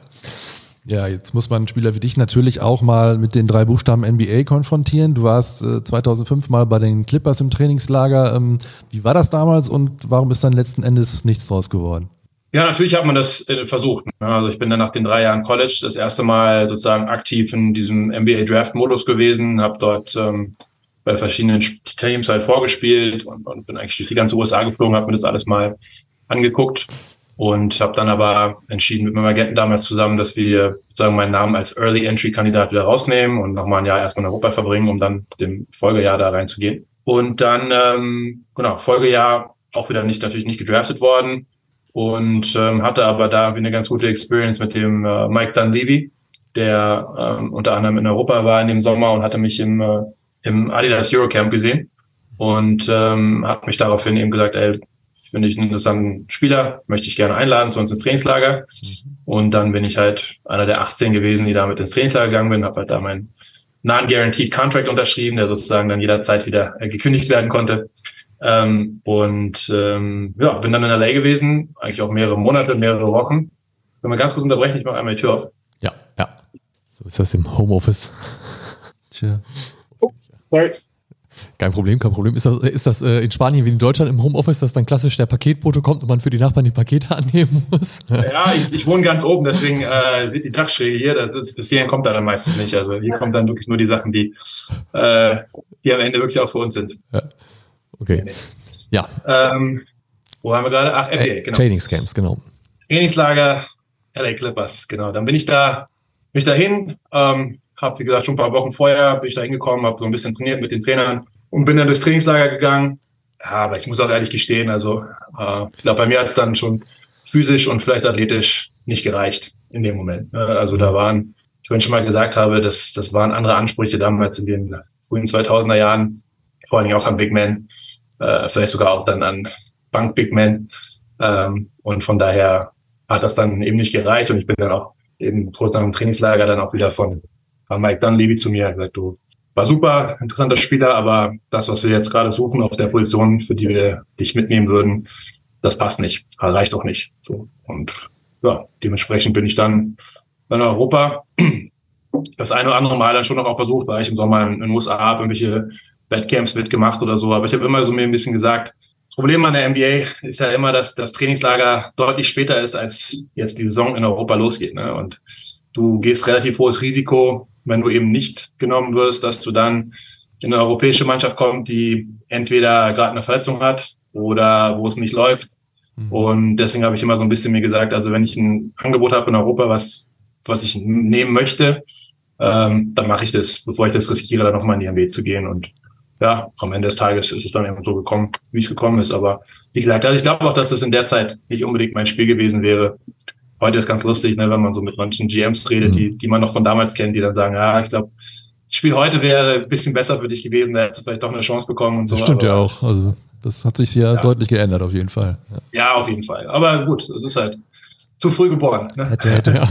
Ja, jetzt muss man einen Spieler wie dich natürlich auch mal mit den drei Buchstaben N B A konfrontieren. Du warst äh, zweitausendfünf mal bei den Clippers im Trainingslager. Ähm, wie war das damals und warum ist dann letzten Endes nichts draus geworden? Ja, natürlich hat man das äh, versucht. Ne? Also ich bin dann nach den drei Jahren College das erste Mal sozusagen aktiv in diesem N B A-Draft-Modus gewesen, habe dort ähm, bei verschiedenen Teams halt vorgespielt und, und bin eigentlich durch die ganze U S A geflogen, habe mir das alles mal angeguckt und habe dann aber entschieden mit meinem Agenten damals zusammen, dass wir sozusagen meinen Namen als Early-Entry-Kandidat wieder rausnehmen und nochmal ein Jahr erstmal in Europa verbringen, um dann dem Folgejahr da reinzugehen. Und dann, ähm, genau, Folgejahr auch wieder nicht natürlich nicht gedraftet worden. Und ähm, hatte aber da eine ganz gute Experience mit dem äh, Mike Dunleavy, der ähm, unter anderem in Europa war in dem Sommer und hatte mich im, äh, im Adidas Eurocamp gesehen und ähm, hat mich daraufhin eben gesagt, ey, finde ich einen interessanten Spieler, möchte ich gerne einladen zu uns ins Trainingslager. Mhm. Und dann bin ich halt einer der achtzehn gewesen, die damit ins Trainingslager gegangen bin, habe halt da meinen Non-Guaranteed Contract unterschrieben, der sozusagen dann jederzeit wieder äh, gekündigt werden konnte. Ähm, und ähm, ja, bin dann in L A gewesen, eigentlich auch mehrere Monate, mehrere Wochen. Wenn wir ganz kurz unterbrechen, ich mache einmal die Tür auf. Ja, ja. So ist das im Homeoffice. Tja. Oh, sorry. Kein Problem, kein Problem. Ist das, ist das äh, in Spanien wie in Deutschland im Homeoffice, dass dann klassisch der Paketbote kommt und man für die Nachbarn die Pakete annehmen muss? Ja, ich, ich wohne ganz oben, deswegen äh, sieht die Dachschräge hier, das ist, bis hierhin kommt da dann meistens nicht. Also hier kommen dann wirklich nur die Sachen, die, äh, die am Ende wirklich auch für uns sind. Ja. Okay. Ja. Ähm, wo haben wir gerade? Ach, N B A, genau. Trainingscamps, genau. Trainingslager, L A Clippers, genau. Dann bin ich da, bin ich dahin, ähm, habe, wie gesagt, schon ein paar Wochen vorher bin ich da hingekommen, habe so ein bisschen trainiert mit den Trainern und bin dann durchs Trainingslager gegangen. Ja, aber ich muss auch ehrlich gestehen, also äh, ich glaube, bei mir hat es dann schon physisch und vielleicht athletisch nicht gereicht in dem Moment. Also da waren, ich vorhin schon mal gesagt habe, das, das waren andere Ansprüche damals in den frühen zweitausender Jahren, vor allem auch an Big Men, äh, vielleicht sogar auch dann an Bank Big Men. Ähm, und von daher hat das dann eben nicht gereicht und ich bin dann auch eben kurz nach dem Trainingslager dann auch wieder von, von Mike Dunleavy zu mir gesagt, du, war super, interessanter Spieler, aber das, was wir jetzt gerade suchen auf der Position, für die wir dich mitnehmen würden, das passt nicht, reicht auch nicht. So. Und ja, dementsprechend bin ich dann in Europa das eine oder andere Mal dann schon noch auch versucht, weil ich im Sommer in den U S A habe irgendwelche Wettcamps mitgemacht oder so, aber ich habe immer so mir ein bisschen gesagt, das Problem an der N B A ist ja immer, dass das Trainingslager deutlich später ist, als jetzt die Saison in Europa losgeht. Ne? Und du gehst relativ hohes Risiko, wenn du eben nicht genommen wirst, dass du dann in eine europäische Mannschaft kommst, die entweder gerade eine Verletzung hat oder wo es nicht läuft. Mhm. Und deswegen habe ich immer so ein bisschen mir gesagt, also wenn ich ein Angebot habe in Europa, was was ich nehmen möchte, ähm, dann mache ich das, bevor ich das riskiere, dann nochmal in die N B A zu gehen. Und ja, am Ende des Tages ist es dann eben so gekommen, wie es gekommen ist. Aber wie gesagt, also ich glaube auch, dass es in der Zeit nicht unbedingt mein Spiel gewesen wäre. Heute ist ganz lustig, ne, wenn man so mit manchen G Ms redet, die die man noch von damals kennt, die dann sagen, ja, ich glaube, das Spiel heute wäre ein bisschen besser für dich gewesen, da hättest du vielleicht doch eine Chance bekommen und so. Das stimmt aber, ja auch. Also das hat sich ja, ja deutlich geändert, auf jeden Fall. Ja. ja, auf jeden Fall. Aber gut, es ist halt zu früh geboren. Ne? Hätte, hätte, ja.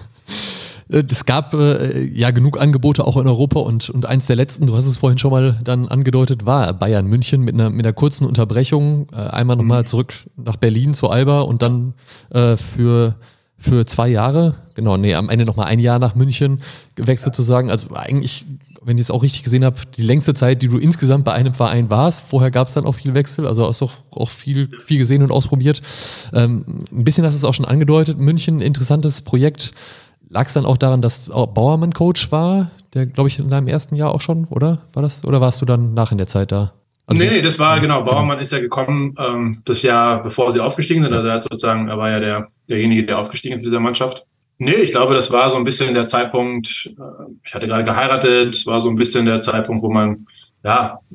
Es gab äh, ja genug Angebote auch in Europa und, und eins der letzten, du hast es vorhin schon mal dann angedeutet, war Bayern München mit einer, mit einer kurzen Unterbrechung. Äh, einmal nochmal mhm. zurück nach Berlin zu Alba und dann äh, für, für zwei Jahre, genau, nee, am Ende nochmal ein Jahr nach München gewechselt ja. zu sagen. Also eigentlich, wenn ich es auch richtig gesehen habe, die längste Zeit, die du insgesamt bei einem Verein warst. Vorher gab es dann auch viel Wechsel, also hast du auch, auch viel, viel gesehen und ausprobiert. Ähm, ein bisschen hast du es auch schon angedeutet, München, interessantes Projekt. Lag es dann auch daran, dass Bauermann Coach war, der, glaube ich, in deinem ersten Jahr auch schon, oder? War das? Oder warst du dann nach in der Zeit da? Also, nee, nee, das war, genau, Bauermann ist ja gekommen, ähm, das Jahr, bevor sie aufgestiegen sind. Also er hat sozusagen, er war ja der, derjenige, der aufgestiegen ist in dieser Mannschaft. Nee, ich glaube, das war so ein bisschen der Zeitpunkt, äh, ich hatte gerade geheiratet, es war so ein bisschen der Zeitpunkt, wo man, ja,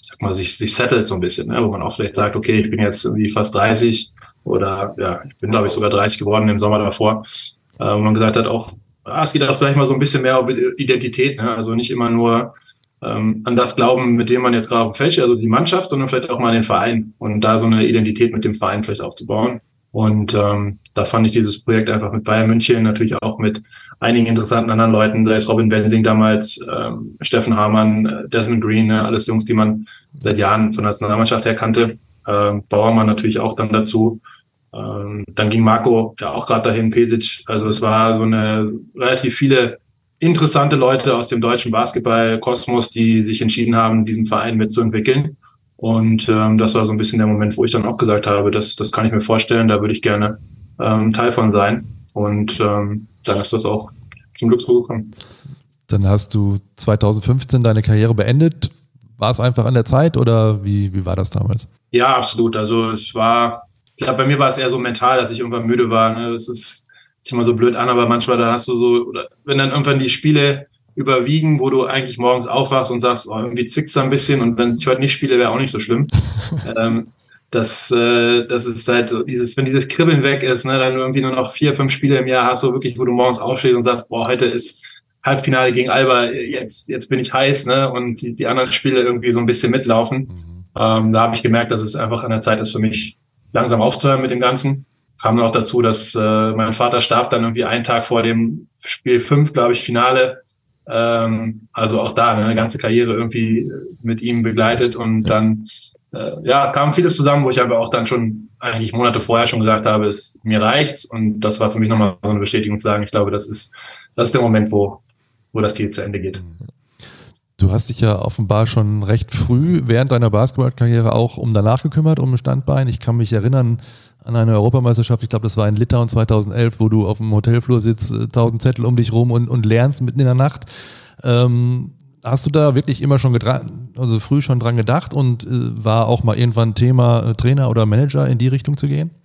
sag mal, sich, sich settelt so ein bisschen, ne? Wo man auch vielleicht sagt, okay, ich bin jetzt irgendwie fast dreißig oder ja, ich bin, glaube ich, sogar dreißig geworden im Sommer davor, äh, wo man gesagt hat, auch, ah, es geht auch vielleicht mal so ein bisschen mehr um Identität, ne? Also nicht immer nur ähm, an das glauben, mit dem man jetzt gerade auf dem Feld steht, also die Mannschaft, sondern vielleicht auch mal an den Verein und da so eine Identität mit dem Verein vielleicht aufzubauen. Und ähm, da fand ich dieses Projekt einfach mit Bayern München, natürlich auch mit einigen interessanten anderen Leuten, sei es Robin Bensing damals, ähm, Steffen Hamann, Desmond Green, ne, alles Jungs, die man seit Jahren von der Nationalmannschaft her kannte. Ähm, Bauermann natürlich auch dann dazu. Ähm, dann ging Marco ja auch gerade dahin, Pesic. Also es war so eine relativ viele interessante Leute aus dem deutschen Basketball-Kosmos, die sich entschieden haben, diesen Verein mitzuentwickeln. Und ähm, das war so ein bisschen der Moment, wo ich dann auch gesagt habe, das, das kann ich mir vorstellen, da würde ich gerne ähm, Teil von sein. Und ähm, dann ist das auch zum Glück so gekommen. Dann hast du zwanzig fünfzehn deine Karriere beendet. War es einfach an der Zeit oder wie, wie war das damals? Ja, absolut. Also es war, ich glaube, bei mir war es eher so mental, dass ich irgendwann müde war. Ne? Das ist nicht immer so blöd an, aber manchmal da hast du so, oder wenn dann irgendwann die Spiele überwiegen, wo du eigentlich morgens aufwachst und sagst, oh, irgendwie zwickt's da ein bisschen und wenn ich heute nicht spiele, wäre auch nicht so schlimm. ähm, das, äh, das ist halt so dieses, wenn dieses Kribbeln weg ist, ne, dann irgendwie nur noch vier, fünf Spiele im Jahr hast, so wirklich, wo du morgens aufstehst und sagst, boah, heute ist Halbfinale gegen Alba, jetzt, jetzt bin ich heiß, ne, und die, die anderen Spiele irgendwie so ein bisschen mitlaufen. Mhm. Ähm, da habe ich gemerkt, dass es einfach an der Zeit ist für mich, langsam aufzuhören mit dem Ganzen. Kam noch dazu, dass äh, mein Vater starb dann irgendwie einen Tag vor dem Spiel fünf, glaube ich, Finale. Ähm, also auch da ne, eine ganze Karriere irgendwie mit ihm begleitet und dann äh, ja kam vieles zusammen, wo ich aber auch dann schon eigentlich Monate vorher schon gesagt habe, es mir reicht's und das war für mich nochmal so eine Bestätigung zu sagen, ich glaube, das ist das ist der Moment, wo wo das Ziel zu Ende geht. Du hast dich ja offenbar schon recht früh während deiner Basketballkarriere auch um danach gekümmert, um ein Standbein. Ich kann mich erinnern an eine Europameisterschaft, ich glaube, das war in Litauen zweitausendelf, wo du auf dem Hotelflur sitzt, tausend Zettel um dich rum und, und lernst mitten in der Nacht. Ähm, hast du da wirklich immer schon gedra- also früh schon dran gedacht und äh, war auch mal irgendwann Thema äh, Trainer oder Manager in die Richtung zu gehen?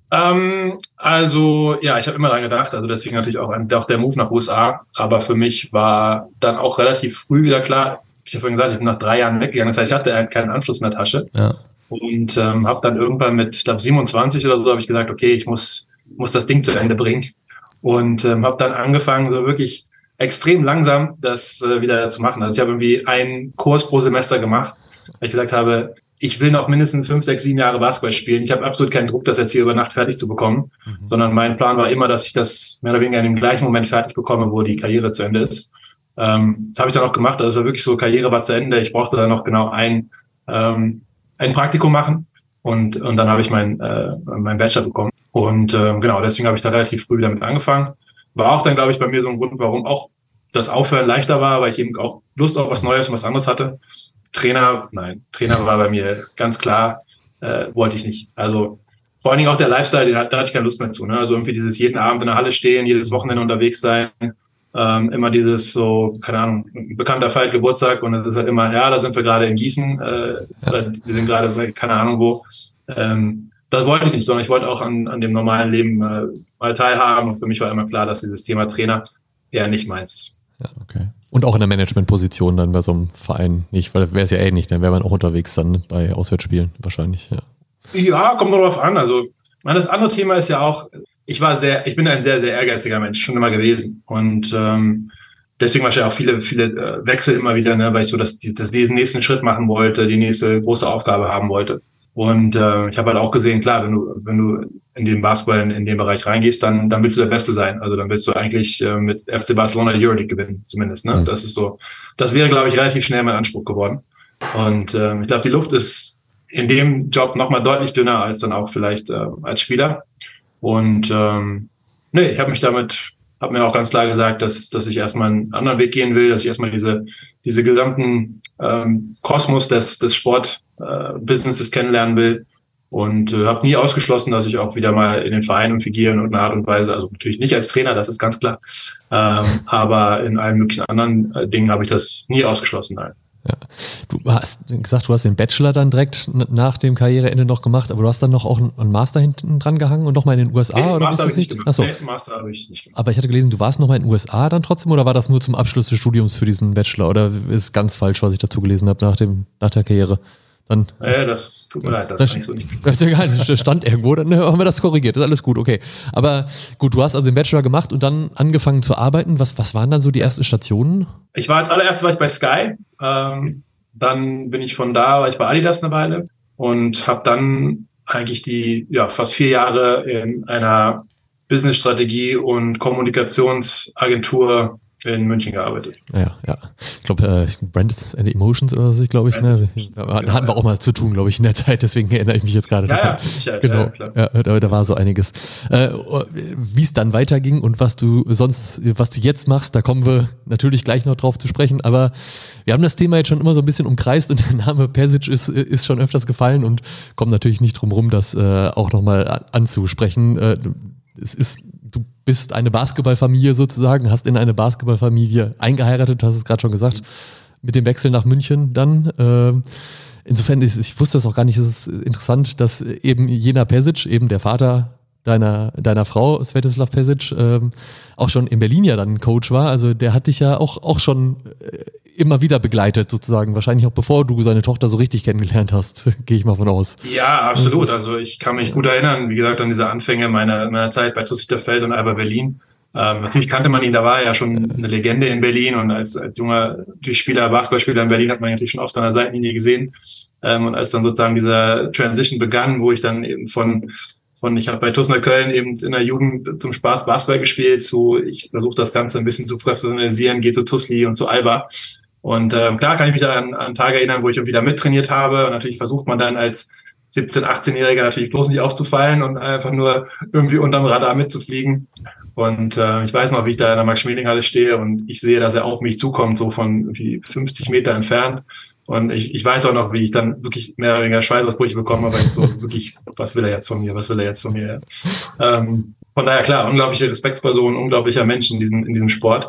Ähm, also ja, ich habe immer dran gedacht, also deswegen natürlich auch, auch der Move nach U S A, aber für mich war dann auch relativ früh wieder klar, ich habe vorhin gesagt, ich bin nach drei Jahren weggegangen, das heißt, ich hatte keinen Anschluss in der Tasche. Ja. Und ähm, habe dann irgendwann mit, ich glaube siebenundzwanzig oder so, habe ich gesagt, okay, ich muss muss das Ding zu Ende bringen. Und ähm, habe dann angefangen, so wirklich extrem langsam das äh, wieder zu machen. Also ich habe irgendwie einen Kurs pro Semester gemacht, weil ich gesagt habe, ich will noch mindestens fünf, sechs, sieben Jahre Basketball spielen. Ich habe absolut keinen Druck, das jetzt hier über Nacht fertig zu bekommen, mhm. sondern mein Plan war immer, dass ich das mehr oder weniger in dem gleichen Moment fertig bekomme, wo die Karriere zu Ende ist. Ähm, das habe ich dann auch gemacht. Also wirklich so, Karriere war zu Ende. Ich brauchte dann noch genau ein ähm, ein Praktikum machen und und dann habe ich mein äh, mein Bachelor bekommen und ähm, genau deswegen habe ich da relativ früh damit angefangen. War auch dann, glaube ich, bei mir so ein Grund, warum auch das Aufhören leichter war, weil ich eben auch Lust auf was Neues und was anderes hatte. Trainer, nein, Trainer war bei mir ganz klar, äh, wollte ich nicht. Also vor allen Dingen auch der Lifestyle, den, da hatte ich keine Lust mehr zu. Ne? Also irgendwie dieses jeden Abend in der Halle stehen, jedes Wochenende unterwegs sein. Ähm, immer dieses so, keine Ahnung, ein Bekannter feiert Geburtstag und es ist halt immer, ja, da sind wir gerade in Gießen, äh, ja. oder wir sind gerade, keine Ahnung wo. Ähm, das wollte ich nicht, sondern ich wollte auch an, an dem normalen Leben äh, mal teilhaben und für mich war immer klar, dass dieses Thema Trainer eher nicht meins ist. Ja, okay. Und auch in der Managementposition dann bei so einem Verein nicht, weil wäre es ja ähnlich, dann wäre man auch unterwegs dann bei Auswärtsspielen wahrscheinlich, ja. Ja, kommt darauf an, also, ich meine, das andere Thema ist ja auch, Ich war sehr, ich bin ein sehr, sehr ehrgeiziger Mensch, schon immer gewesen. Und ähm, deswegen wahrscheinlich auch viele, viele äh, Wechsel immer wieder, ne, weil ich so das, das, diesen nächsten Schritt machen wollte, die nächste große Aufgabe haben wollte. Und äh, ich habe halt auch gesehen, klar, wenn du, wenn du in den Basketball in, in den Bereich reingehst, dann, dann willst du der Beste sein. Also dann willst du eigentlich äh, mit F C Barcelona die Euroleague gewinnen, zumindest. Ne? Das ist so, das wäre, glaube ich, relativ schnell mein Anspruch geworden. Und äh, ich glaube, die Luft ist in dem Job nochmal deutlich dünner als dann auch vielleicht äh, als Spieler. Und ähm, nee, ich habe mich damit, habe mir auch ganz klar gesagt, dass dass ich erstmal einen anderen Weg gehen will, dass ich erstmal diese diese gesamten ähm, Kosmos des des Sport-Businesses äh, kennenlernen will und äh, habe nie ausgeschlossen, dass ich auch wieder mal in den Verein und in irgendeiner Art und Weise, also natürlich nicht als Trainer, das ist ganz klar, ähm, aber in allen möglichen anderen äh, Dingen habe ich das nie ausgeschlossen. Nein. Ja. Du hast gesagt, du hast den Bachelor dann direkt nach dem Karriereende noch gemacht, aber du hast dann noch auch einen Master hinten dran gehangen und nochmal in den U S A? Nee, oder Master ist das nicht? Achso. Nee, Master habe ich nicht gemacht. Aber ich hatte gelesen, du warst nochmal in den U S A dann trotzdem oder war das nur zum Abschluss des Studiums für diesen Bachelor? Oder ist ganz falsch, was ich dazu gelesen habe nach, dem, nach der Karriere? Dann, ja, das tut mir leid, das, das kann ich so nicht. Das ist egal, das stand irgendwo, dann haben wir das korrigiert, das ist alles gut, okay. Aber gut, du hast also den Bachelor gemacht und dann angefangen zu arbeiten. Was, was waren dann so die ersten Stationen? Ich war als allererstes war ich bei Sky, ähm, dann bin ich von da, war ich bei Adidas eine Weile und habe dann eigentlich die ja fast vier Jahre in einer Business-Strategie- und Kommunikationsagentur in München gearbeitet. Ja, ja. Ich glaube, äh, Brands and Emotions oder so, glaube ich. Ne? Da hatten wir auch mal zu tun, glaube ich, in der Zeit. Deswegen erinnere ich mich jetzt gerade. Ja, ja, ja, genau. Ja, klar. Ja, da, da war so einiges. Äh, wie es dann weiterging und was du sonst, was du jetzt machst, da kommen wir natürlich gleich noch drauf zu sprechen. Aber wir haben das Thema jetzt schon immer so ein bisschen umkreist und der Name Pešić ist, ist schon öfters gefallen und kommen natürlich nicht drum rum, das äh, auch nochmal anzusprechen. Äh, es ist Du bist eine Basketballfamilie sozusagen, hast in eine Basketballfamilie eingeheiratet, hast es gerade schon gesagt, mit dem Wechsel nach München dann. Äh, insofern, ist, ich wusste das auch gar nicht, es ist interessant, dass eben Jena Pešić, eben der Vater deiner, deiner Frau, Svetislav Pešić, äh, auch schon in Berlin ja dann Coach war. Also der hat dich ja auch, auch schon äh, immer wieder begleitet sozusagen, wahrscheinlich auch bevor du seine Tochter so richtig kennengelernt hast, gehe ich mal von aus. Ja, absolut. Also ich kann mich gut erinnern, wie gesagt, an diese Anfänge meiner, meiner Zeit bei TuS Lichterfeld und Alba Berlin. Ähm, natürlich kannte man ihn, da war er ja schon eine Legende in Berlin und als, als junger Spieler, Basketballspieler in Berlin hat man ihn natürlich schon oft an der Seitenlinie gesehen. Ähm, und als dann sozusagen dieser Transition begann, wo ich dann eben von von ich habe bei TuS Neukölln eben in der Jugend zum Spaß Basketball gespielt, zu ich versuche das Ganze ein bisschen zu professionalisieren, gehe zu TuSli und zu Alba. Und äh, klar kann ich mich da an, an Tage erinnern, wo ich irgendwie da mittrainiert habe. Und natürlich versucht man dann als siebzehn-, achtzehnjähriger natürlich bloß nicht aufzufallen und einfach nur irgendwie unterm Radar mitzufliegen. Und äh, ich weiß noch, wie ich da in der Max-Schmeling-Halle stehe und ich sehe, dass er auf mich zukommt, so von irgendwie fünfzig Meter entfernt. Und ich, ich weiß auch noch, wie ich dann wirklich mehr oder weniger Schweißausbrüche bekomme, weil ich so wirklich, was will er jetzt von mir, was will er jetzt von mir? Ja. Ähm, von daher klar, unglaubliche Respektsperson, unglaublicher Mensch in diesem, in diesem Sport.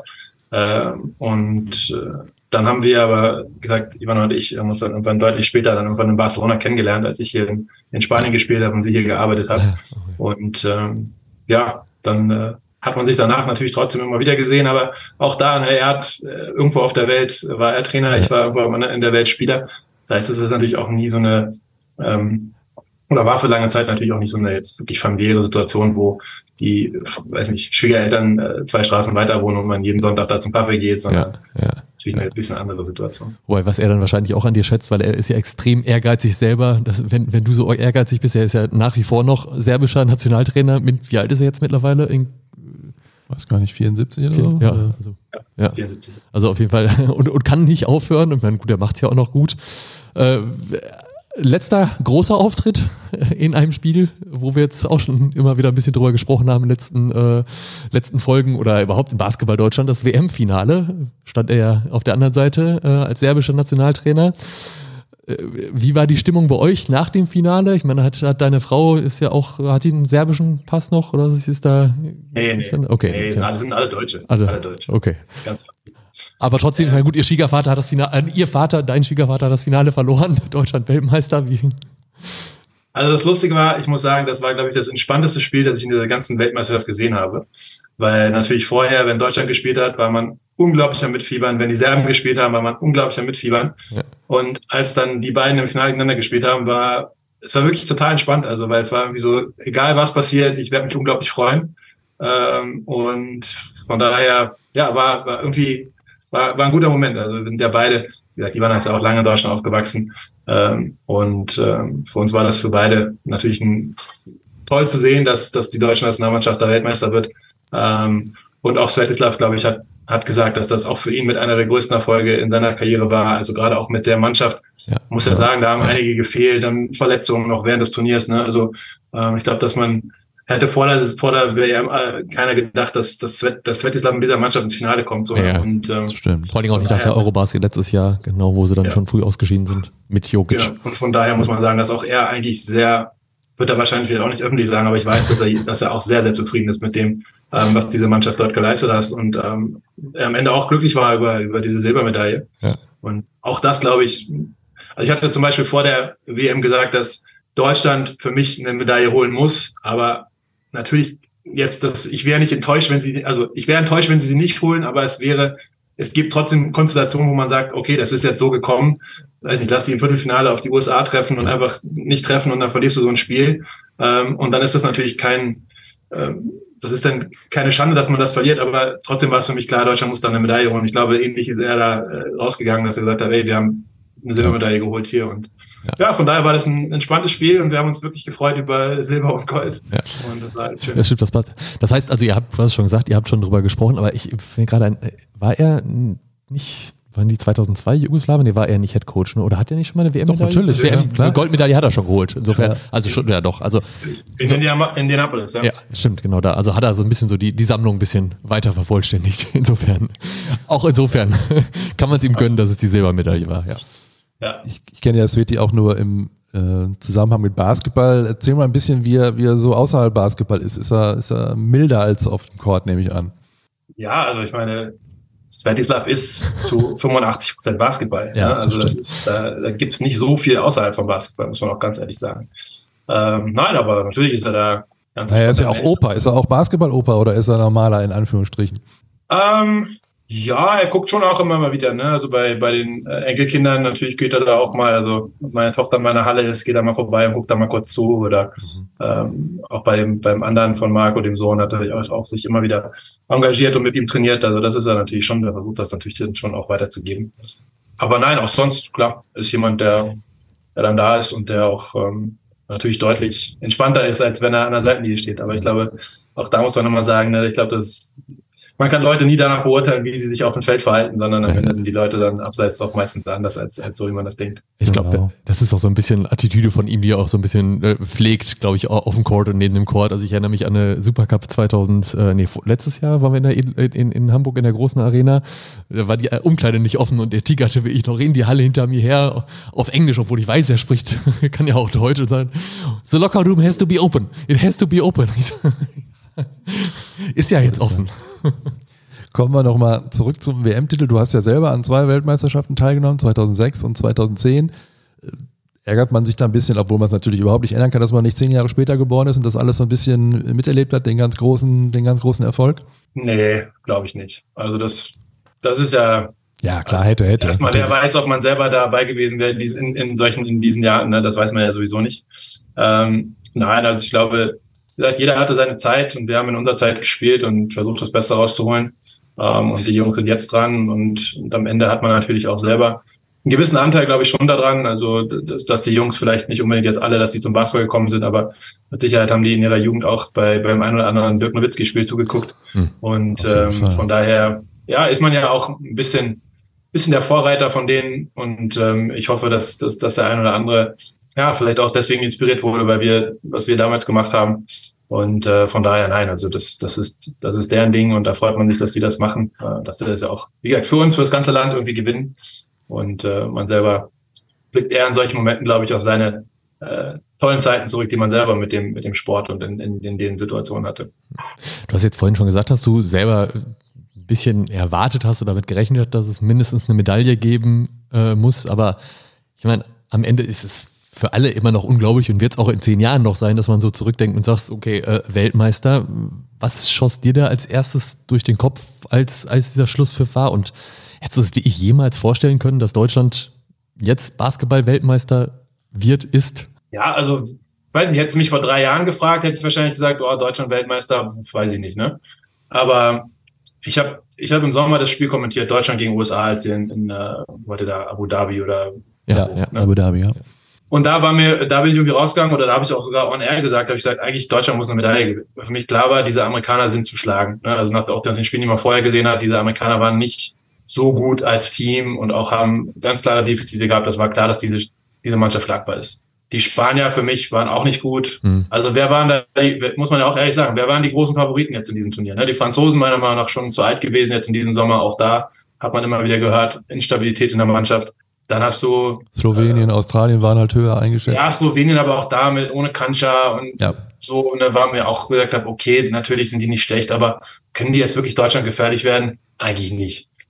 Ähm, und äh, dann haben wir aber gesagt, Ivan und ich haben uns dann irgendwann deutlich später dann irgendwann in Barcelona kennengelernt, als ich hier in, in Spanien gespielt habe und sie hier gearbeitet hat. Und ähm, ja, dann äh, hat man sich danach natürlich trotzdem immer wieder gesehen, aber auch da, ne, er hat äh, irgendwo auf der Welt, war er Trainer, ich war irgendwo in der Welt Spieler. Das heißt, es ist natürlich auch nie so eine, ähm, oder war für lange Zeit natürlich auch nicht so eine jetzt wirklich familiäre Situation, wo die, weiß nicht, Schwiegereltern äh, zwei Straßen weiter wohnen und man jeden Sonntag da zum Kaffee geht, sondern ja, ja, natürlich eine ja. bisschen andere Situation. Wobei, was er dann wahrscheinlich auch an dir schätzt, weil er ist ja extrem ehrgeizig selber. Das, wenn, wenn du so ehrgeizig bist, er ist ja nach wie vor noch serbischer Nationaltrainer. Mit, wie alt ist er jetzt mittlerweile? In, weiß gar nicht, vierundsiebzig oder so? Ja, also, ja, ja. Also auf jeden Fall. Und, und kann nicht aufhören. Und man, gut, er macht es ja auch noch gut. Äh, Letzter großer Auftritt in einem Spiel, wo wir jetzt auch schon immer wieder ein bisschen drüber gesprochen haben in den letzten, äh, letzten Folgen oder überhaupt im Basketball Deutschland, das W M-Finale, stand er ja auf der anderen Seite äh, als serbischer Nationaltrainer. Äh, wie war die Stimmung bei euch nach dem Finale? Ich meine, hat, hat deine Frau, ist ja auch, hat die einen serbischen Pass noch oder ist da? Nee, ist nee, dann, okay, nee, ja. das sind alle Deutsche. Alle, alle Deutsche. Okay. Ganz Aber trotzdem, na gut, ihr Schwiegervater hat das Finale, äh, ihr Vater, dein Schwiegervater hat das Finale verloren, Deutschland Weltmeister. Wie? Also das Lustige war, ich muss sagen, das war, glaube ich, das entspannteste Spiel, das ich in dieser ganzen Weltmeisterschaft gesehen habe. Weil natürlich vorher, wenn Deutschland gespielt hat, war man unglaublich am Mitfiebern. Wenn die Serben gespielt haben, war man unglaublich am Mitfiebern. Ja. Und als dann die beiden im Finale gegeneinander gespielt haben, war es war wirklich total entspannt. Also weil es war irgendwie so, egal was passiert, ich werde mich unglaublich freuen. Ähm, und von daher, ja, war, war irgendwie War, war ein guter Moment. Also wir sind ja beide, wie gesagt, Ivan ist ja auch lange in Deutschland aufgewachsen. Ähm, und ähm, für uns war das für beide natürlich ein, toll zu sehen, dass, dass die deutsche Nationalmannschaft da Weltmeister wird. Ähm, und auch Svetislav, glaube ich, hat, hat gesagt, dass das auch für ihn mit einer der größten Erfolge in seiner Karriere war. Also gerade auch mit der Mannschaft. Ja, muss ja, ja sagen, da haben einige gefehlt, dann Verletzungen noch während des Turniers. Ne? Also ähm, ich glaube, dass man hätte vor der, vor der W M äh, keiner gedacht, dass, dass, dass Svetislav mit dieser Mannschaft ins Finale kommt. So. Ja, und, ähm, das stimmt. Vor allem auch nicht nach der Eurobasket letztes Jahr, genau, wo sie dann ja. schon früh ausgeschieden sind mit Jokic. Genau. Und von daher muss man sagen, dass auch er eigentlich sehr, wird er wahrscheinlich wieder auch nicht öffentlich sagen, aber ich weiß, dass er, dass er auch sehr, sehr zufrieden ist mit dem, ähm, was diese Mannschaft dort geleistet hat und ähm, er am Ende auch glücklich war über, über diese Silbermedaille. Ja. Und auch das, glaube ich, also ich hatte zum Beispiel vor der W M gesagt, dass Deutschland für mich eine Medaille holen muss, aber natürlich jetzt, das, ich wäre nicht enttäuscht, wenn sie, also ich wäre enttäuscht, wenn sie sie nicht holen, aber es wäre, es gibt trotzdem Konstellationen, wo man sagt, okay, das ist jetzt so gekommen, weiß nicht, lass die im Viertelfinale auf die U S A treffen und einfach nicht treffen und dann verlierst du so ein Spiel. Ähm, und dann ist das natürlich kein, ähm, das ist dann keine Schande, dass man das verliert, aber trotzdem war es für mich klar, Deutschland muss da eine Medaille holen. Ich glaube, ähnlich ist er da äh, rausgegangen, dass er gesagt hat, ey, wir haben eine Silbermedaille geholt hier. Und ja. ja, von daher war das ein entspanntes Spiel und wir haben uns wirklich gefreut über Silber und Gold. Ja. Und das war schön. Das stimmt, das passt. Das heißt, also ihr habt, du hast schon gesagt, ihr habt schon drüber gesprochen, aber ich finde gerade ein, war er nicht, waren die zweitausendzwei Jugoslawien? Nee, war er nicht Head Coach, ne? Oder hat er nicht schon mal eine W M-Medaille? Doch, natürlich. W M, ja, Goldmedaille hat er schon geholt. Insofern, ja. also schon, ja doch. Also, in so, Indianapolis, ja. Ja, stimmt, genau da. Also hat er so ein bisschen so die, die Sammlung ein bisschen weiter vervollständigt. Insofern, auch insofern kann man es ihm gönnen, dass es die Silbermedaille war, ja. Ja. Ich, ich kenne ja Sveti auch nur im äh, Zusammenhang mit Basketball. Erzähl mal ein bisschen, wie er, wie er so außerhalb Basketball ist. Ist er, ist er milder als auf dem Court, nehme ich an? Ja, also ich meine, Svetislav ist zu fünfundachtzig Prozent Basketball. Ja, ja, also das ist, da, da gibt es nicht so viel außerhalb vom Basketball, muss man auch ganz ehrlich sagen. Ähm, nein, aber natürlich ist er da ganz. Naja, er ist ja auch Opa. Ist er auch Basketball-Opa oder ist er normaler in Anführungsstrichen? Ähm, ja, er guckt schon auch immer mal wieder, ne? Also bei, bei den äh, Enkelkindern natürlich geht er da auch mal, also meine Tochter in meiner Halle ist, geht da mal vorbei und guckt da mal kurz zu oder mhm. ähm, auch bei dem, beim anderen von Marco, dem Sohn, hat er auch, auch sich immer wieder engagiert und mit ihm trainiert. Also das ist er natürlich schon, der versucht das natürlich schon auch weiterzugeben. Aber nein, auch sonst, klar, ist jemand, der, der dann da ist und der auch ähm, natürlich deutlich entspannter ist, als wenn er an der Seitenlinie steht. Aber ich glaube, auch da muss man nochmal sagen, ne, ich glaube, das ist, man kann Leute nie danach beurteilen, wie sie sich auf dem Feld verhalten, sondern am Ende sind die Leute dann abseits doch meistens anders, als, als so, wie man das denkt. Ich glaube, genau. Das ist auch so ein bisschen Attitüde von ihm, die er auch so ein bisschen äh, pflegt, glaube ich, auf dem Court und neben dem Court. Also ich erinnere mich an eine Supercup zweitausend, äh, nee, letztes Jahr waren wir in, der, in, in Hamburg in der großen Arena, da war die Umkleide nicht offen und der tigerte wirklich noch in die Halle hinter mir her, auf Englisch, obwohl ich weiß, er spricht, kann ja auch Deutsch sein. The locker room has to be open. It has to be open. Ist ja jetzt offen. Kommen wir nochmal zurück zum W M-Titel. Du hast ja selber an zwei Weltmeisterschaften teilgenommen, zweitausendsechs und zweitausendzehn. Ärgert man sich da ein bisschen, obwohl man es natürlich überhaupt nicht ändern kann, dass man nicht zehn Jahre später geboren ist und das alles so ein bisschen miterlebt hat, den ganz großen, den ganz großen Erfolg? Nee, glaube ich nicht. Also das, das ist ja... Ja, klar, also hätte, hätte. Erstmal, wer weiß, ob man selber dabei gewesen wäre in, in solchen, in diesen Jahren, ne? Das weiß man ja sowieso nicht. Ähm, nein, also ich glaube, wie gesagt, jeder hatte seine Zeit und wir haben in unserer Zeit gespielt und versucht, das Beste rauszuholen. Um, und die Jungs sind jetzt dran und, und am Ende hat man natürlich auch selber einen gewissen Anteil, glaube ich, schon daran, also dass, dass die Jungs vielleicht nicht unbedingt jetzt alle, dass die zum Basketball gekommen sind, aber mit Sicherheit haben die in ihrer Jugend auch bei beim einen oder anderen Dirk Nowitzki-Spiel zugeguckt hm, und ähm, von daher ja ist man ja auch ein bisschen bisschen der Vorreiter von denen und ähm, ich hoffe, dass, dass, dass der ein oder andere ja vielleicht auch deswegen inspiriert wurde, weil wir, was wir damals gemacht haben. Und äh, von daher, nein, also das, das ist, das ist deren Ding und da freut man sich, dass die das machen. Äh, dass sie das ja auch, wie gesagt, für uns, für das ganze Land irgendwie gewinnen. Und äh, man selber blickt eher in solchen Momenten, glaube ich, auf seine äh, tollen Zeiten zurück, die man selber mit dem, mit dem Sport und in, in, in den Situationen hatte. Du hast jetzt vorhin schon gesagt, dass du selber ein bisschen erwartet hast oder damit gerechnet hast, dass es mindestens eine Medaille geben äh, muss. Aber ich meine, am Ende ist es für alle immer noch unglaublich und wird es auch in zehn Jahren noch sein, dass man so zurückdenkt und sagst, okay, äh, Weltmeister, was schoss dir da als erstes durch den Kopf, als, als dieser Schlusspfiff war? Und hättest du es wirklich jemals vorstellen können, dass Deutschland jetzt Basketball-Weltmeister wird, ist? Ja, also, weiß nicht, hättest du mich vor drei Jahren gefragt, hätte ich wahrscheinlich gesagt, oh, Deutschland-Weltmeister, weiß ich nicht, ne? Aber ich habe ich hab im Sommer das Spiel kommentiert, Deutschland gegen U S A, als sie in, in äh, warte da, Abu Dhabi oder... Ja, wo, ja ne? Abu Dhabi, ja. Und da war mir, da bin ich irgendwie rausgegangen oder da habe ich auch sogar on air gesagt, habe ich gesagt, eigentlich Deutschland muss eine Medaille gewinnen. Für mich klar war, diese Amerikaner sind zu schlagen. Ne? Also nach auch den Spielen, die man vorher gesehen hat, diese Amerikaner waren nicht so gut als Team und auch haben ganz klare Defizite gehabt. Das war klar, dass diese, diese Mannschaft schlagbar ist. Die Spanier für mich waren auch nicht gut. Mhm. Also wer waren da, muss man ja auch ehrlich sagen, wer waren die großen Favoriten jetzt in diesem Turnier? Ne? Die Franzosen meiner Meinung nach schon zu alt gewesen jetzt in diesem Sommer. Auch da hat man immer wieder gehört, Instabilität in der Mannschaft. Dann hast du Slowenien, äh, Australien waren halt höher eingeschätzt. Ja, Slowenien, aber auch damit ohne Kancha und ja. so. Und da war mir auch gesagt, okay, natürlich sind die nicht schlecht, aber können die jetzt wirklich Deutschland gefährlich werden? Eigentlich nicht.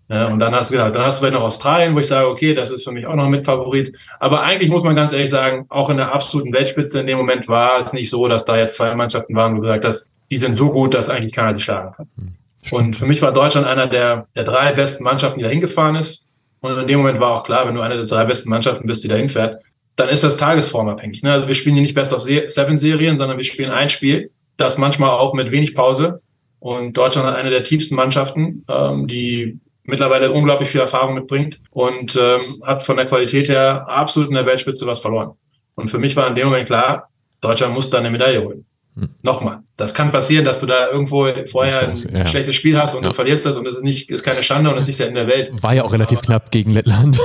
Ja, und dann hast du gedacht, dann hast du vielleicht noch Australien, wo ich sage, okay, das ist für mich auch noch ein Mitfavorit. Aber eigentlich muss man ganz ehrlich sagen, auch in der absoluten Weltspitze in dem Moment war es nicht so, dass da jetzt zwei Mannschaften waren, wo du gesagt hast, die sind so gut, dass eigentlich keiner sie schlagen kann. Stimmt. Und für mich war Deutschland einer der, der drei besten Mannschaften, die da hingefahren ist. Und in dem Moment war auch klar, wenn du eine der drei besten Mannschaften bist, die da hinfährt, dann ist das tagesformabhängig. Ne? Also wir spielen hier nicht Best-of-Seven-Serien, sondern wir spielen ein Spiel, das manchmal auch mit wenig Pause. Und Deutschland hat eine der tiefsten Mannschaften, ähm, die mittlerweile unglaublich viel Erfahrung mitbringt und ähm, hat von der Qualität her absolut in der Weltspitze was verloren. Und für mich war in dem Moment klar, Deutschland muss da eine Medaille holen. Hm. Nochmal, das kann passieren, dass du da irgendwo vorher ein ja. schlechtes Spiel hast und ja. du verlierst das und es ist nicht, ist keine Schande und es ist nicht der Ende der Welt. War ja auch relativ Aber, knapp gegen Lettland.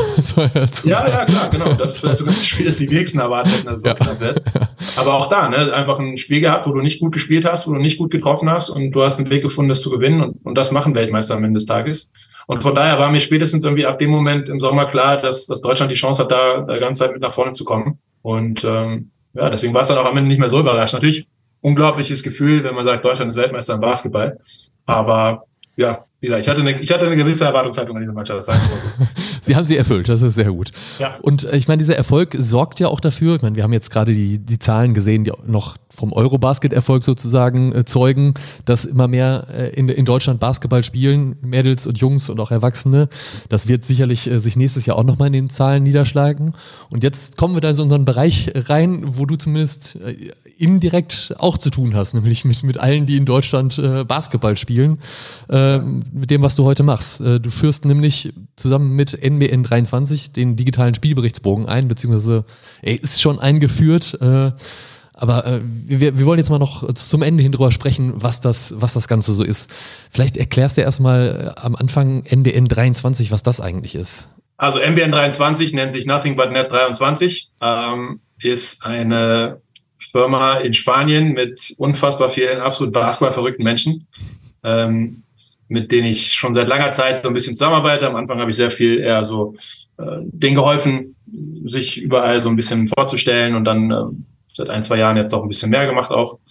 ja, ja, klar, genau. Das ist vielleicht sogar das Spiel, das die wenigsten erwartet hätten, dass es so ja. knapp wird. Aber auch da, ne, einfach ein Spiel gehabt, wo du nicht gut gespielt hast, wo du nicht gut getroffen hast und du hast einen Weg gefunden, das zu gewinnen und, und das machen Weltmeister am Ende des Tages. Und von daher war mir spätestens irgendwie ab dem Moment im Sommer klar, dass, dass Deutschland die Chance hat, da die ganze Zeit mit nach vorne zu kommen. Und ähm, ja, deswegen war es dann auch am Ende nicht mehr so überrascht. Natürlich unglaubliches Gefühl, wenn man sagt, Deutschland ist Weltmeister im Basketball. Aber ja, wie gesagt, ich hatte eine, ich hatte eine gewisse Erwartungshaltung an diese Mannschaft. Das sagen wir so. Sie haben sie erfüllt, das ist sehr gut. Ja. Und äh, ich meine, dieser Erfolg sorgt ja auch dafür, ich meine, wir haben jetzt gerade die, die Zahlen gesehen, die noch vom Eurobasket-Erfolg sozusagen äh, zeugen, dass immer mehr äh, in, in Deutschland Basketball spielen, Mädels und Jungs und auch Erwachsene. Das wird sicherlich äh, sich nächstes Jahr auch nochmal in den Zahlen niederschlagen. Und jetzt kommen wir da in so unseren Bereich rein, wo du zumindest äh, indirekt auch zu tun hast, nämlich mit, mit allen, die in Deutschland äh, Basketball spielen, äh, mit dem, was du heute machst. Äh, du führst nämlich zusammen mit N B N dreiundzwanzig den digitalen Spielberichtsbogen ein, beziehungsweise er ist schon eingeführt, äh, aber äh, wir, wir wollen jetzt mal noch zum Ende hin drüber sprechen, was das, was das Ganze so ist. Vielleicht erklärst du erstmal am Anfang N B N dreiundzwanzig, was das eigentlich ist. Also N B N dreiundzwanzig nennt sich Nothing But Net dreiundzwanzig, ähm, ist eine Firma in Spanien mit unfassbar vielen absolut basketballverrückten Menschen, ähm, mit denen ich schon seit langer Zeit so ein bisschen zusammenarbeite. Am Anfang habe ich sehr viel eher so äh, denen geholfen, sich überall so ein bisschen vorzustellen und dann äh, seit ein, zwei Jahren jetzt auch ein bisschen mehr gemacht auch.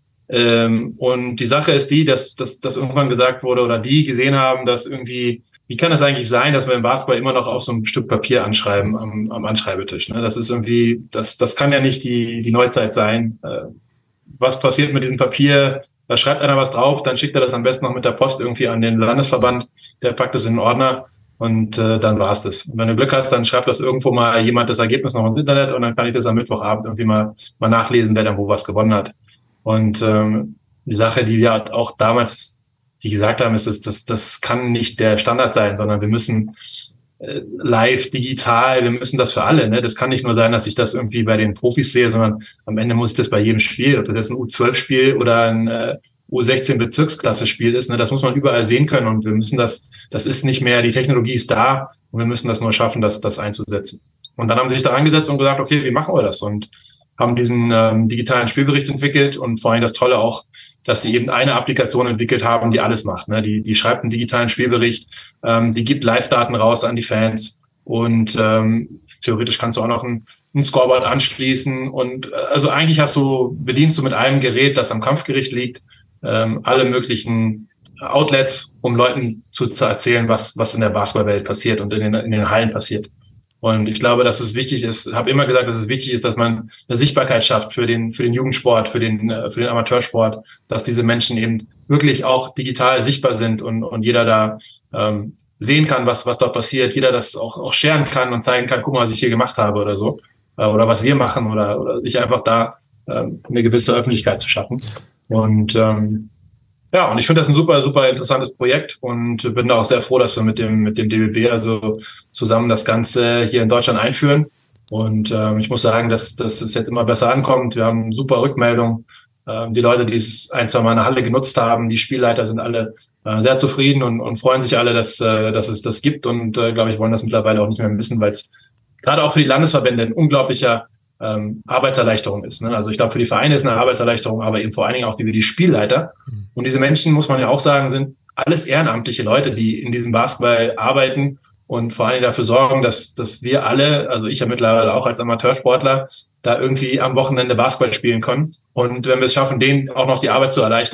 Ähm, und die Sache ist die, dass, dass, dass irgendwann gesagt wurde oder die gesehen haben, dass irgendwie, wie kann das eigentlich sein, dass wir im Basketball immer noch auf so ein Stück Papier anschreiben am, am Anschreibetisch? Ne? Das ist irgendwie, das, das kann ja nicht die, die Neuzeit sein. Äh, was passiert mit diesem Papier? Da schreibt einer was drauf, dann schickt er das am besten noch mit der Post irgendwie an den Landesverband, der packt es in den Ordner und äh, dann war's das. Und wenn du Glück hast, dann schreibt das irgendwo mal jemand das Ergebnis noch ins Internet und dann kann ich das am Mittwochabend irgendwie mal, mal nachlesen, wer dann wo was gewonnen hat. Und ähm, die Sache, die wir auch damals, die gesagt haben, ist, dass das, das kann nicht der Standard sein, sondern wir müssen äh, live, digital, wir müssen das für alle. Ne? Das kann nicht nur sein, dass ich das irgendwie bei den Profis sehe, sondern am Ende muss ich das bei jedem Spiel, ob das jetzt ein U zwölf Spiel oder ein äh, U sechzehn Bezirksklasse Spiel ist, ne? Das muss man überall sehen können und wir müssen das, das ist nicht mehr, die Technologie ist da und wir müssen das nur schaffen, das, das einzusetzen. Und dann haben sie sich da angesetzt und gesagt, okay, wie machen wir das? Und haben diesen ähm, digitalen Spielbericht entwickelt und vor allem das Tolle auch, dass sie eben eine Applikation entwickelt haben, die alles macht. Ne? Die, die schreibt einen digitalen Spielbericht, ähm, die gibt Live-Daten raus an die Fans und ähm, theoretisch kannst du auch noch ein, ein Scoreboard anschließen und also eigentlich hast du, bedienst du mit einem Gerät, das am Kampfgericht liegt, ähm, alle möglichen Outlets, um Leuten zu, zu erzählen, was, was in der Basketballwelt passiert und in den, in den Hallen passiert. Und ich glaube, dass es wichtig ist, habe immer gesagt, dass es wichtig ist, dass man eine Sichtbarkeit schafft für den für den Jugendsport, für den für den Amateursport, dass diese Menschen eben wirklich auch digital sichtbar sind und und jeder da ähm, sehen kann, was was dort passiert, jeder das auch auch sharen kann und zeigen kann, guck mal, was ich hier gemacht habe oder so äh, oder was wir machen oder oder sich einfach da ähm, eine gewisse Öffentlichkeit zu schaffen. Und ähm, ja, und ich finde das ein super, super interessantes Projekt und bin da auch sehr froh, dass wir mit dem mit dem D B B also zusammen das Ganze hier in Deutschland einführen. Und ähm, ich muss sagen, dass, dass es jetzt immer besser ankommt. Wir haben super Rückmeldungen. Ähm, die Leute, die es ein, zwei Mal in der Halle genutzt haben, die Spielleiter sind alle äh, sehr zufrieden und, und freuen sich alle, dass, äh, dass es das gibt. Und äh, glaube ich, wollen das mittlerweile auch nicht mehr missen, weil es gerade auch für die Landesverbände ein unglaublicher Ähm, Arbeitserleichterung ist. Ne? Also ich glaube, für die Vereine ist eine Arbeitserleichterung, aber eben vor allen Dingen auch die, die Spielleiter. Und diese Menschen, muss man ja auch sagen, sind alles ehrenamtliche Leute, die in diesem Basketball arbeiten und vor allem dafür sorgen, dass, dass wir alle, also ich ja mittlerweile auch als Amateursportler, da irgendwie am Wochenende Basketball spielen können. Und wenn wir es schaffen, denen auch noch die Arbeit zu erleichtern,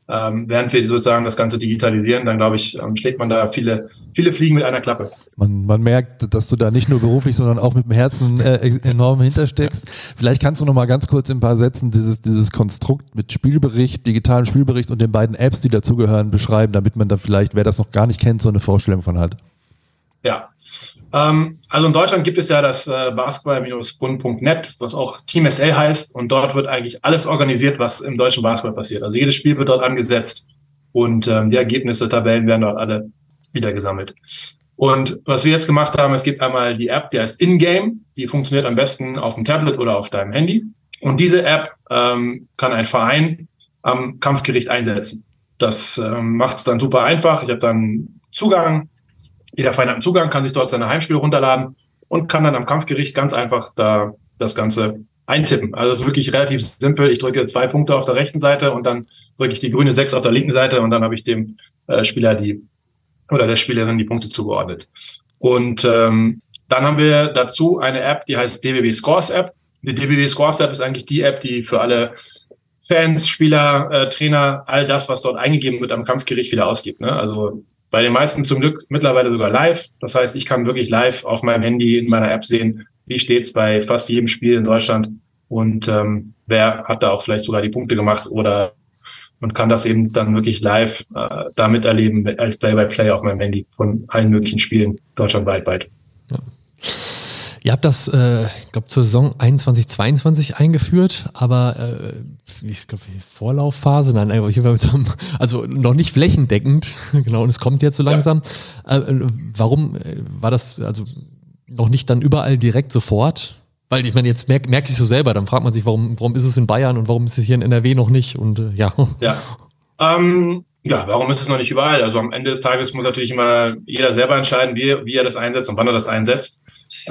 Ähm, während wir sozusagen das Ganze digitalisieren, dann glaube ich, ähm, schlägt man da viele, viele Fliegen mit einer Klappe. Man, man merkt, dass du da nicht nur beruflich, sondern auch mit dem Herzen äh, enorm hintersteckst. Vielleicht kannst du noch mal ganz kurz in ein paar Sätzen dieses, dieses Konstrukt mit Spielbericht, digitalem Spielbericht und den beiden Apps, die dazugehören, beschreiben, damit man da vielleicht, wer das noch gar nicht kennt, so eine Vorstellung von hat. Ja, ähm, also in Deutschland gibt es ja das äh, Basketball Bund Punkt net, was auch Team S L heißt, und dort wird eigentlich alles organisiert, was im deutschen Basketball passiert. Also jedes Spiel wird dort angesetzt und ähm, die Ergebnisse, Tabellen werden dort alle wieder gesammelt. Und was wir jetzt gemacht haben, es gibt einmal die App, die heißt In-Game, die funktioniert am besten auf dem Tablet oder auf deinem Handy. Und diese App ähm, kann ein Verein am Kampfgericht einsetzen. Das ähm, macht es dann super einfach. Ich habe dann Zugang. Jeder Verein hat einen Zugang, kann sich dort seine Heimspiele runterladen und kann dann am Kampfgericht ganz einfach da das Ganze eintippen. Also es ist wirklich relativ simpel. Ich drücke zwei Punkte auf der rechten Seite und dann drücke ich die grüne sechs auf der linken Seite und dann habe ich dem äh, Spieler die oder der Spielerin die Punkte zugeordnet. Und ähm, dann haben wir dazu eine App, die heißt D B B Scores App. Die D B B Scores App ist eigentlich die App, die für alle Fans, Spieler, äh, Trainer, all das, was dort eingegeben wird, am Kampfgericht wieder ausgibt. Ne? Also bei den meisten zum Glück mittlerweile sogar live. Das heißt, ich kann wirklich live auf meinem Handy in meiner App sehen, wie steht's bei fast jedem Spiel in Deutschland und ähm, wer hat da auch vielleicht sogar die Punkte gemacht oder man kann das eben dann wirklich live äh, da miterleben als Play-by-Play auf meinem Handy von allen möglichen Spielen deutschlandweit weit. Ja. Ihr habt das, äh, ich glaube, zur Saison einundzwanzig zweiundzwanzig eingeführt, aber äh, wie ist glaube ich Vorlaufphase? Nein, also noch nicht flächendeckend, genau, und es kommt jetzt so langsam. Ja. Äh, warum war das also noch nicht dann überall direkt sofort? Weil ich meine, jetzt merke merk ich so selber, dann fragt man sich, warum, warum ist es in Bayern und warum ist es hier in N R W noch nicht? Und äh, ja. Ja. Ähm, ja, warum ist es noch nicht überall? Also am Ende des Tages muss natürlich immer jeder selber entscheiden, wie, wie er das einsetzt und wann er das einsetzt.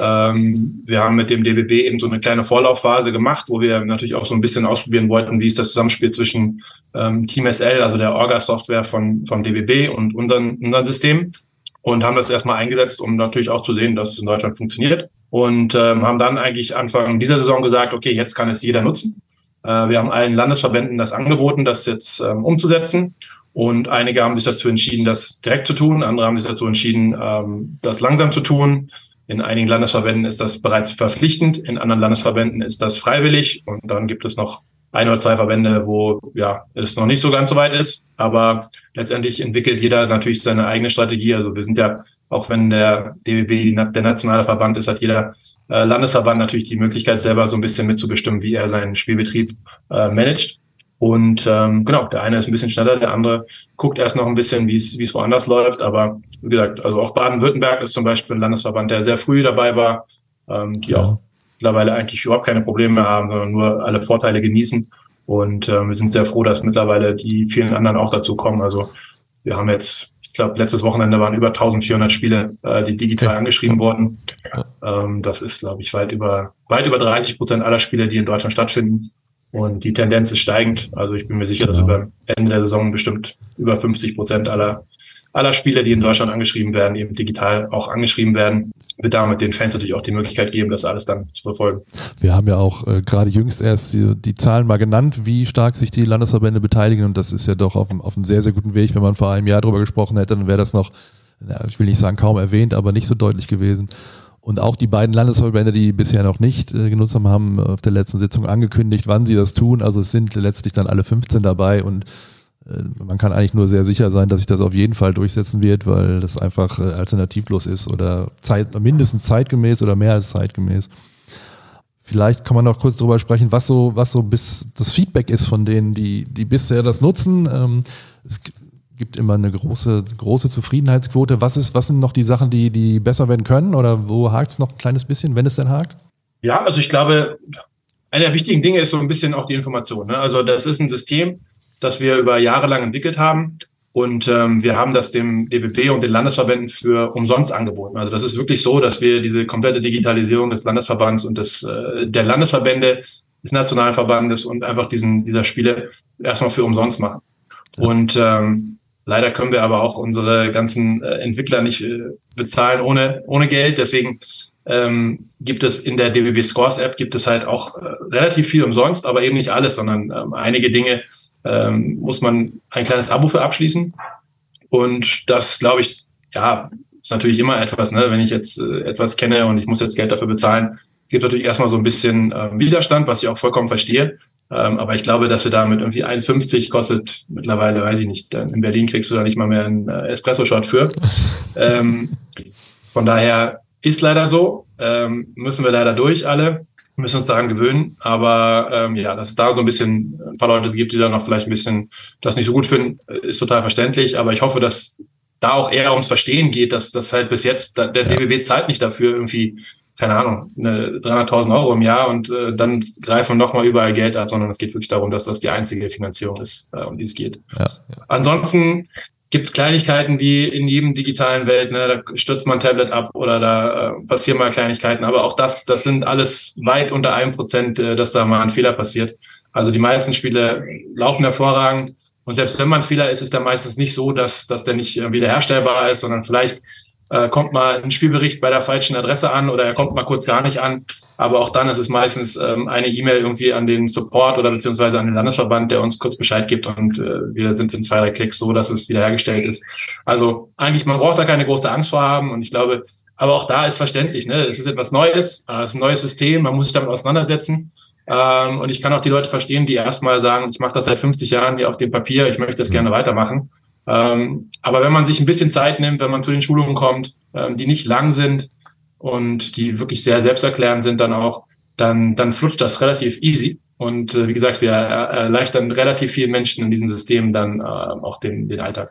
Ähm, wir haben mit dem D B B eben so eine kleine Vorlaufphase gemacht, wo wir natürlich auch so ein bisschen ausprobieren wollten, wie ist das Zusammenspiel zwischen ähm, Team S L, also der Orga-Software von vom D B B und unseren, unseren System, und haben das erstmal eingesetzt, um natürlich auch zu sehen, dass es in Deutschland funktioniert, und ähm, haben dann eigentlich Anfang dieser Saison gesagt, okay, jetzt kann es jeder nutzen. Äh, wir haben allen Landesverbänden das angeboten, das jetzt ähm, umzusetzen. Und einige haben sich dazu entschieden, das direkt zu tun. Andere haben sich dazu entschieden, ähm, das langsam zu tun. In einigen Landesverbänden ist das bereits verpflichtend. In anderen Landesverbänden ist das freiwillig. Und dann gibt es noch ein oder zwei Verbände, wo ja es noch nicht so ganz so weit ist. Aber letztendlich entwickelt jeder natürlich seine eigene Strategie. Also wir sind ja, auch wenn der D B B der nationale Verband ist, hat jeder äh, Landesverband natürlich die Möglichkeit, selber so ein bisschen mitzubestimmen, wie er seinen Spielbetrieb äh, managt. Und ähm, genau, der eine ist ein bisschen schneller, der andere guckt erst noch ein bisschen, wie es wie es woanders läuft. Aber wie gesagt, also auch Baden-Württemberg ist zum Beispiel ein Landesverband, der sehr früh dabei war, ähm, die ja. auch mittlerweile eigentlich überhaupt keine Probleme mehr haben, sondern nur alle Vorteile genießen. Und ähm, wir sind sehr froh, dass mittlerweile die vielen anderen auch dazu kommen. Also wir haben jetzt, ich glaube, letztes Wochenende waren über eintausendvierhundert Spiele, äh, die digital okay. angeschrieben wurden. Ähm, das ist, glaube ich, weit über weit über dreißig Prozent aller Spiele, die in Deutschland stattfinden. Und die Tendenz ist steigend. Also ich bin mir sicher, genau. dass über Ende der Saison bestimmt über fünfzig Prozent aller aller Spiele, die in Deutschland angeschrieben werden, eben digital auch angeschrieben werden, wird damit den Fans natürlich auch die Möglichkeit geben, das alles dann zu verfolgen. Wir haben ja auch äh, gerade jüngst erst die, die Zahlen mal genannt, wie stark sich die Landesverbände beteiligen, und das ist ja doch auf, auf einem sehr, sehr guten Weg. Wenn man vor einem Jahr drüber gesprochen hätte, dann wäre das noch, na, ich will nicht sagen kaum erwähnt, aber nicht so deutlich gewesen. Und auch die beiden Landesverbände, die bisher noch nicht äh, genutzt haben, haben auf der letzten Sitzung angekündigt, wann sie das tun. Also es sind letztlich dann alle fünfzehn dabei, und äh, man kann eigentlich nur sehr sicher sein, dass sich das auf jeden Fall durchsetzen wird, weil das einfach äh, alternativlos ist oder Zeit, mindestens zeitgemäß oder mehr als zeitgemäß. Vielleicht kann man noch kurz drüber sprechen, was so, was so bis das Feedback ist von denen, die, die bisher das nutzen. Ähm, es gibt immer eine große, große Zufriedenheitsquote. Was ist, was sind noch die Sachen, die, die besser werden können, oder wo hakt es noch ein kleines bisschen, wenn es denn hakt? Ja, also ich glaube, eine der wichtigen Dinge ist so ein bisschen auch die Information. Ne? Also das ist ein System, das wir über Jahre lang entwickelt haben, und ähm, wir haben das dem D B B und den Landesverbänden für umsonst angeboten. Also das ist wirklich so, dass wir diese komplette Digitalisierung des Landesverbands und des äh, der Landesverbände, des Nationalverbandes und einfach diesen dieser Spiele erstmal für umsonst machen. Ja. Und ähm, leider können wir aber auch unsere ganzen äh, Entwickler nicht äh, bezahlen ohne ohne Geld. Deswegen ähm, gibt es in der D B B Scores App gibt es halt auch äh, relativ viel umsonst, aber eben nicht alles, sondern ähm, einige Dinge ähm, muss man ein kleines Abo für abschließen. Und das, glaube ich, ja, ist natürlich immer etwas, ne? Wenn ich jetzt äh, etwas kenne und ich muss jetzt Geld dafür bezahlen, gibt es natürlich erstmal so ein bisschen äh, Widerstand, was ich auch vollkommen verstehe. Ähm, aber ich glaube, dass wir da mit irgendwie eins fünfzig kostet mittlerweile, weiß ich nicht, in Berlin kriegst du da nicht mal mehr einen äh, Espresso-Shot für. ähm, von daher ist leider so, ähm, müssen wir leider durch alle, müssen uns daran gewöhnen. Aber ähm, ja, dass es da so ein bisschen ein paar Leute gibt, die da noch vielleicht ein bisschen das nicht so gut finden, ist total verständlich. Aber ich hoffe, dass da auch eher ums Verstehen geht, dass das halt bis jetzt, der D B B zahlt nicht dafür irgendwie, keine Ahnung, eine dreihunderttausend Euro im Jahr und äh, dann greifen wir nochmal überall Geld ab, sondern es geht wirklich darum, dass das die einzige Finanzierung ist, äh, um die es geht. Ja, ja. Ansonsten gibt's Kleinigkeiten wie in jedem digitalen Welt, ne, da stürzt man ein Tablet ab oder da äh, passieren mal Kleinigkeiten, aber auch das, das sind alles weit unter einem Prozent, äh, dass da mal ein Fehler passiert. Also die meisten Spiele laufen hervorragend und selbst wenn man ein Fehler ist, ist der meistens nicht so, dass, dass der nicht äh, wiederherstellbar ist, sondern vielleicht Äh, kommt mal ein Spielbericht bei der falschen Adresse an oder er kommt mal kurz gar nicht an. Aber auch dann ist es meistens ähm, eine E-Mail irgendwie an den Support oder beziehungsweise an den Landesverband, der uns kurz Bescheid gibt und äh, wir sind in zwei, drei Klicks so, dass es wiederhergestellt ist. Also eigentlich, man braucht da keine große Angst vor haben und ich glaube, aber auch da ist verständlich, ne? Es ist etwas Neues, äh, es ist ein neues System, man muss sich damit auseinandersetzen. Ähm, und ich kann auch die Leute verstehen, die erstmal sagen, ich mache das seit fünfzig Jahren hier auf dem Papier, ich möchte das gerne weitermachen. Ähm, aber wenn man sich ein bisschen Zeit nimmt, wenn man zu den Schulungen kommt, ähm, die nicht lang sind und die wirklich sehr selbsterklärend sind dann auch, dann, dann flutscht das relativ easy. Und äh, wie gesagt, wir erleichtern relativ vielen Menschen in diesem System dann äh, auch den, den Alltag.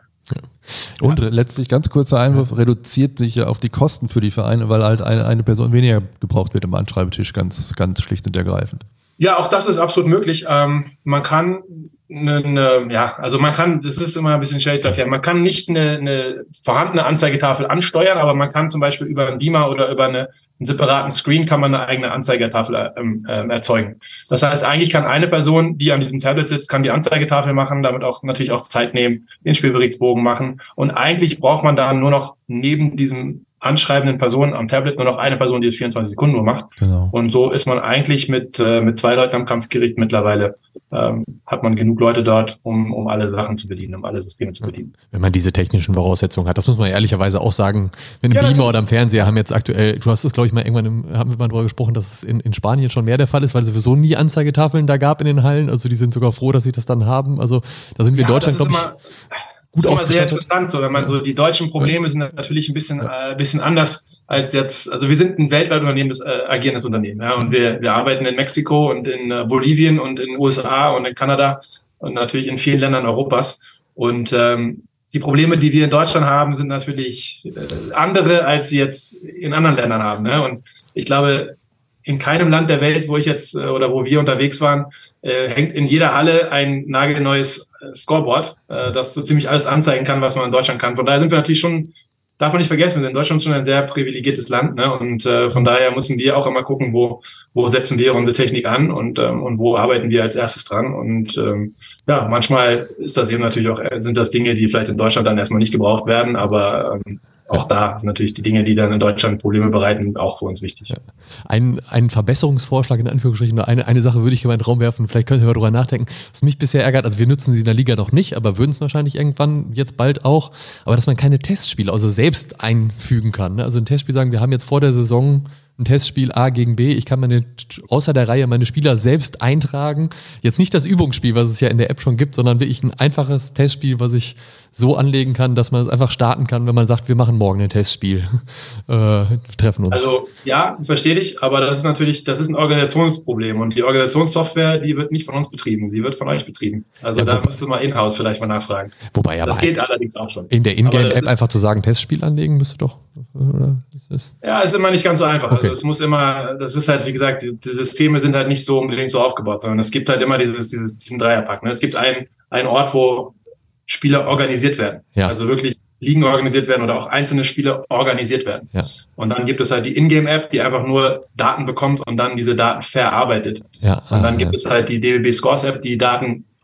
Ja. Und ja. letztlich ganz kurzer Einwurf, ja. reduziert sich ja auch die Kosten für die Vereine, weil halt eine, eine Person weniger gebraucht wird im Anschreibetisch, ganz, ganz schlicht und ergreifend. Ja, auch das ist absolut möglich. Ähm, man kann eine, eine, ja, also man kann, das ist immer ein bisschen schwierig zu erklären, man kann nicht eine, eine vorhandene Anzeigetafel ansteuern, aber man kann zum Beispiel über einen Beamer oder über eine, einen separaten Screen kann man eine eigene Anzeigetafel ähm, ähm, erzeugen. Das heißt, eigentlich kann eine Person, die an diesem Tablet sitzt, kann die Anzeigetafel machen, damit auch natürlich auch Zeit nehmen, den Spielberichtsbogen machen und eigentlich braucht man da nur noch neben diesem anschreibenden Personen am Tablet nur noch eine Person, die es vierundzwanzig Sekunden nur macht. Genau. Und so ist man eigentlich mit äh, mit zwei Leuten am Kampfgericht mittlerweile, ähm, hat man genug Leute dort, um um alle Sachen zu bedienen, um alle Systeme zu bedienen. Wenn man diese technischen Voraussetzungen hat, das muss man ehrlicherweise auch sagen, wenn ein ja, Beamer oder am Fernseher haben jetzt aktuell, du hast es glaube ich mal irgendwann, im, haben wir mal darüber gesprochen, dass es in, in Spanien schon mehr der Fall ist, weil es sowieso nie Anzeigetafeln da gab in den Hallen, also die sind sogar froh, dass sie das dann haben, also da sind wir ja, in Deutschland glaube ich gut das ist immer sehr interessant, so wenn man so die deutschen Probleme sind natürlich ein bisschen äh, bisschen anders als jetzt. Also wir sind ein weltweit Unternehmen, äh, agierendes Unternehmen, ja, und wir wir arbeiten in Mexiko und in äh, Bolivien und in den U S A und in Kanada und natürlich in vielen Ländern Europas. Und ähm, die Probleme, die wir in Deutschland haben, sind natürlich äh, andere, als sie jetzt in anderen Ländern haben. Ne? Und ich glaube, in keinem Land der Welt, wo ich jetzt äh, oder wo wir unterwegs waren, äh, hängt in jeder Halle ein nagelneues äh, Scoreboard, äh, das so ziemlich alles anzeigen kann, was man in Deutschland kann. Von daher sind wir natürlich schon, darf man nicht vergessen, wir sind in Deutschland schon ein sehr privilegiertes Land, ne? Und äh, von daher müssen wir auch immer gucken, wo wo setzen wir unsere Technik an und ähm, und wo arbeiten wir als erstes dran. Und ähm, ja, manchmal ist das eben natürlich auch sind das Dinge, die vielleicht in Deutschland dann erstmal nicht gebraucht werden, aber ähm, auch da sind natürlich die Dinge, die dann in Deutschland Probleme bereiten, auch für uns wichtig. Ja. Ein, ein Verbesserungsvorschlag in Anführungsstrichen, eine, eine Sache würde ich in meinen Raum werfen, vielleicht könnt ihr mal drüber nachdenken, was mich bisher ärgert, also wir nutzen sie in der Liga noch nicht, aber würden es wahrscheinlich irgendwann jetzt bald auch, aber dass man keine Testspiele, also selbst einfügen kann. Ne? Also ein Testspiel sagen, wir haben jetzt vor der Saison ein Testspiel A gegen B, ich kann meine, außer der Reihe meine Spieler selbst eintragen. Jetzt nicht das Übungsspiel, was es ja in der App schon gibt, sondern wirklich ein einfaches Testspiel, was ich so anlegen kann, dass man es einfach starten kann, wenn man sagt, wir machen morgen ein Testspiel, äh, treffen uns. Also ja, verstehe dich, aber das ist natürlich, das ist ein Organisationsproblem und die Organisationssoftware, die wird nicht von uns betrieben, sie wird von euch betrieben. Also ja, da müsst ihr mal in-house vielleicht mal nachfragen. Wobei, aber das geht allerdings auch schon. In der Ingame-App einfach zu sagen, Testspiel anlegen, müsste doch, oder? Ist das ja, ist immer nicht ganz so einfach. Okay. Also es muss immer, das ist halt, wie gesagt, die, die Systeme sind halt nicht so unbedingt so aufgebaut, sondern es gibt halt immer dieses, dieses diesen Dreierpack. Ne? Es gibt einen, einen Ort, wo Spieler organisiert werden. Ja. Also wirklich Ligen organisiert werden oder auch einzelne Spiele organisiert werden. Ja. Und dann gibt es halt die Ingame-App, die einfach nur Daten bekommt und dann diese Daten verarbeitet. Ja. Und dann ah, gibt ja. es halt die D B B Scores-App, die Daten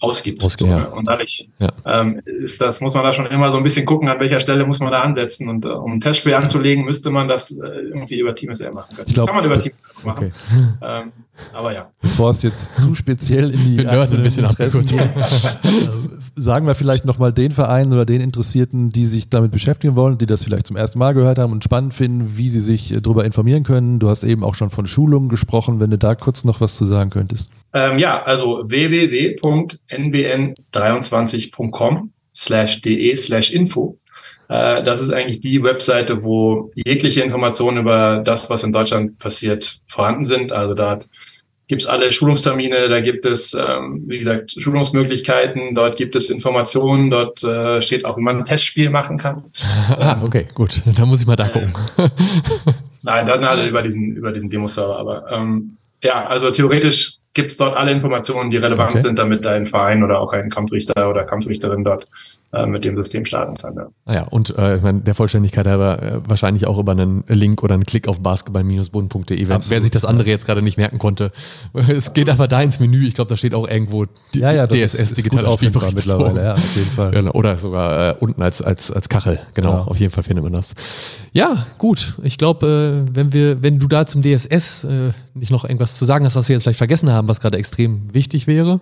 ausgibt. Ausgibt, so, ja. Und dadurch ja. ähm, ist das, muss man da schon immer so ein bisschen gucken, an welcher Stelle muss man da ansetzen. Und äh, um ein Testspiel anzulegen, müsste man das äh, irgendwie über TeamSL machen können. Das glaub, kann man über TeamSL machen. Okay. Ähm, aber ja. Bevor es jetzt zu speziell in die ein bisschen Interessen geht, sagen wir vielleicht nochmal den Vereinen oder den Interessierten, die sich damit beschäftigen wollen, die das vielleicht zum ersten Mal gehört haben und spannend finden, wie sie sich darüber informieren können. Du hast eben auch schon von Schulungen gesprochen, wenn du da kurz noch was zu sagen könntest. Ähm, ja, also w w w punkt n b n dreiundzwanzig punkt com slash de slash info. Äh, das ist eigentlich die Webseite, wo jegliche Informationen über das, was in Deutschland passiert, vorhanden sind. Also da gibt es alle Schulungstermine, da gibt es, ähm, wie gesagt, Schulungsmöglichkeiten, dort gibt es Informationen, dort äh, steht auch, wie man ein Testspiel machen kann. Ah, okay, gut, dann muss ich mal da gucken. Äh, nein, dann halt über diesen, über diesen Demo-Server, aber ähm, ja, also theoretisch gibt es dort alle Informationen, die relevant okay. sind, damit dein Verein oder auch ein Kampfrichter oder Kampfrichterin dort äh, mit dem System starten kann. Ja, ah ja und äh, ich meine, der Vollständigkeit halber äh, wahrscheinlich auch über einen Link oder einen Klick auf basketball Bindestrich bund punkt de. Wer, wer sich das andere jetzt gerade nicht merken konnte, es geht einfach da ins Menü. Ich glaube, da steht auch irgendwo die, ja, ja, D S S, digitaler Spielbericht mittlerweile, ja, auf jeden Fall. Genau, oder sogar äh, unten als, als, als Kachel. Genau, ja. Auf jeden Fall findet man das. Ja, gut. Ich glaube, äh, wenn wir, wenn du da zum D S S äh, nicht noch irgendwas zu sagen hast, was wir jetzt vielleicht vergessen haben, was gerade extrem wichtig wäre.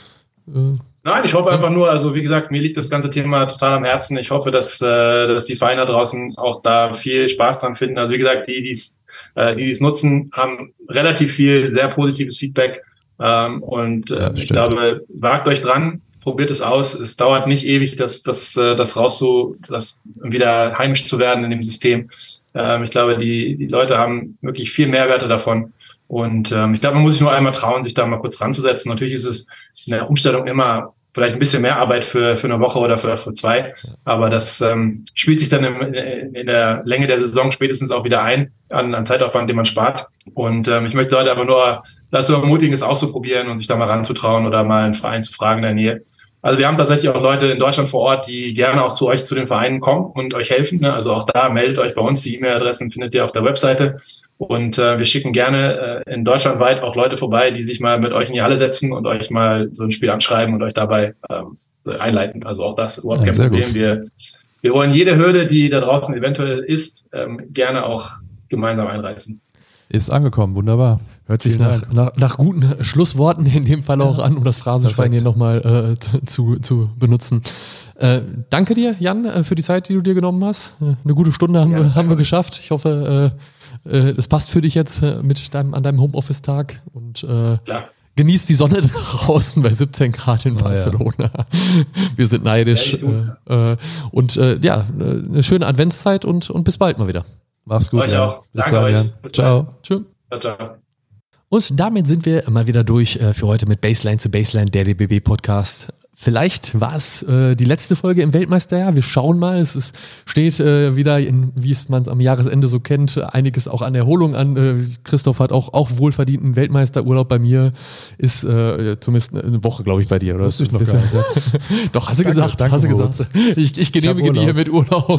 Äh, Nein, ich hoffe einfach nur, also wie gesagt, mir liegt das ganze Thema total am Herzen. Ich hoffe, dass, äh, dass die Vereine draußen auch da viel Spaß dran finden. Also wie gesagt, die, die es äh, die es nutzen, haben relativ viel sehr positives Feedback. Ähm, und äh, ja, ich glaube, wagt euch dran, probiert es aus. Es dauert nicht ewig, das, das, das rauszu, das wieder heimisch zu werden in dem System. Ähm, ich glaube, die, die Leute haben wirklich viel Mehrwerte davon. Und ähm, ich glaube, man muss sich nur einmal trauen, sich da mal kurz ranzusetzen. Natürlich ist es in der Umstellung immer vielleicht ein bisschen mehr Arbeit für für eine Woche oder für, für zwei, aber das ähm, spielt sich dann in, in der Länge der Saison spätestens auch wieder ein an, an Zeitaufwand, den man spart. Und ähm, ich möchte Leute aber nur dazu ermutigen, es auszuprobieren und sich da mal ranzutrauen oder mal einen Verein zu fragen in der Nähe. Also wir haben tatsächlich auch Leute in Deutschland vor Ort, die gerne auch zu euch, zu den Vereinen kommen und euch helfen. Ne? Also auch da meldet euch bei uns. Die E-Mail-Adressen findet ihr auf der Webseite. Und äh, wir schicken gerne äh, in Deutschland weit auch Leute vorbei, die sich mal mit euch in die Halle setzen und euch mal so ein Spiel anschreiben und euch dabei ähm, einleiten. Also auch das überhaupt kein ja, Problem. Wir, wir wollen jede Hürde, die da draußen eventuell ist, ähm, gerne auch gemeinsam einreißen. Ist angekommen, wunderbar. Hört sich nach, nach, nach guten Schlussworten in dem Fall auch an, um das Phrasenschwein hier nochmal äh, zu, zu benutzen. Äh, danke dir, Jan, für die Zeit, die du dir genommen hast. Eine gute Stunde haben, ja, wir, haben wir geschafft. Ich hoffe, äh, äh, das passt für dich jetzt äh, mit deinem, an deinem Homeoffice-Tag. Und äh, genieß die Sonne draußen bei siebzehn Grad in Barcelona. Ja. Wir sind neidisch. Äh, äh, und äh, ja, eine schöne Adventszeit und, und bis bald mal wieder. Mach's gut. Euch ja. auch. Bis Danke dann, euch. Jan. Ciao. Tschüss. Ciao, ciao. Und damit sind wir mal wieder durch äh, für heute mit Baseline zu Baseline, der D B B-Podcast. Vielleicht war es äh, die letzte Folge im Weltmeisterjahr. Wir schauen mal. Es ist, steht äh, wieder, in, wie es man am Jahresende so kennt, einiges auch an Erholung an. Äh, Christoph hat auch, auch wohlverdienten Weltmeisterurlaub. Bei mir ist äh, zumindest eine Woche, glaube ich, bei dir. Oder? Wusste ich noch gar nicht. Ja. Doch, hast du danke, gesagt. Danke, hast du gesagt. Ich, ich genehmige dir mit Urlaub.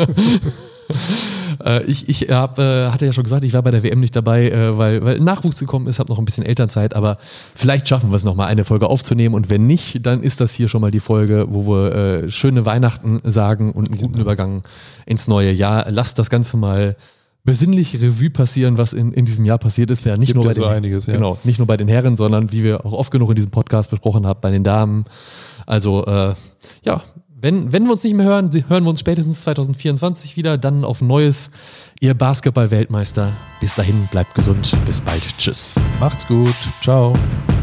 äh, ich ich hab, äh, hatte ja schon gesagt, ich war bei der W M nicht dabei, äh, weil, weil Nachwuchs gekommen ist, habe noch ein bisschen Elternzeit, aber vielleicht schaffen wir es nochmal, eine Folge aufzunehmen und wenn nicht, dann ist das hier schon mal die Folge, wo wir äh, schöne Weihnachten sagen und einen guten genau. Übergang ins neue Jahr. Lasst das Ganze mal besinnlich Revue passieren, was in, in diesem Jahr passiert ist. Ja, nicht Gibt nur bei so den, einiges, ja. Genau, nicht nur bei den Herren, sondern wie wir auch oft genug in diesem Podcast besprochen haben, bei den Damen. Also äh, ja, Wenn, wenn wir uns nicht mehr hören, hören wir uns spätestens zwanzig vierundzwanzig wieder, dann auf Neues. Ihr Basketball-Weltmeister. Bis dahin, bleibt gesund. Bis bald. Tschüss. Macht's gut. Ciao.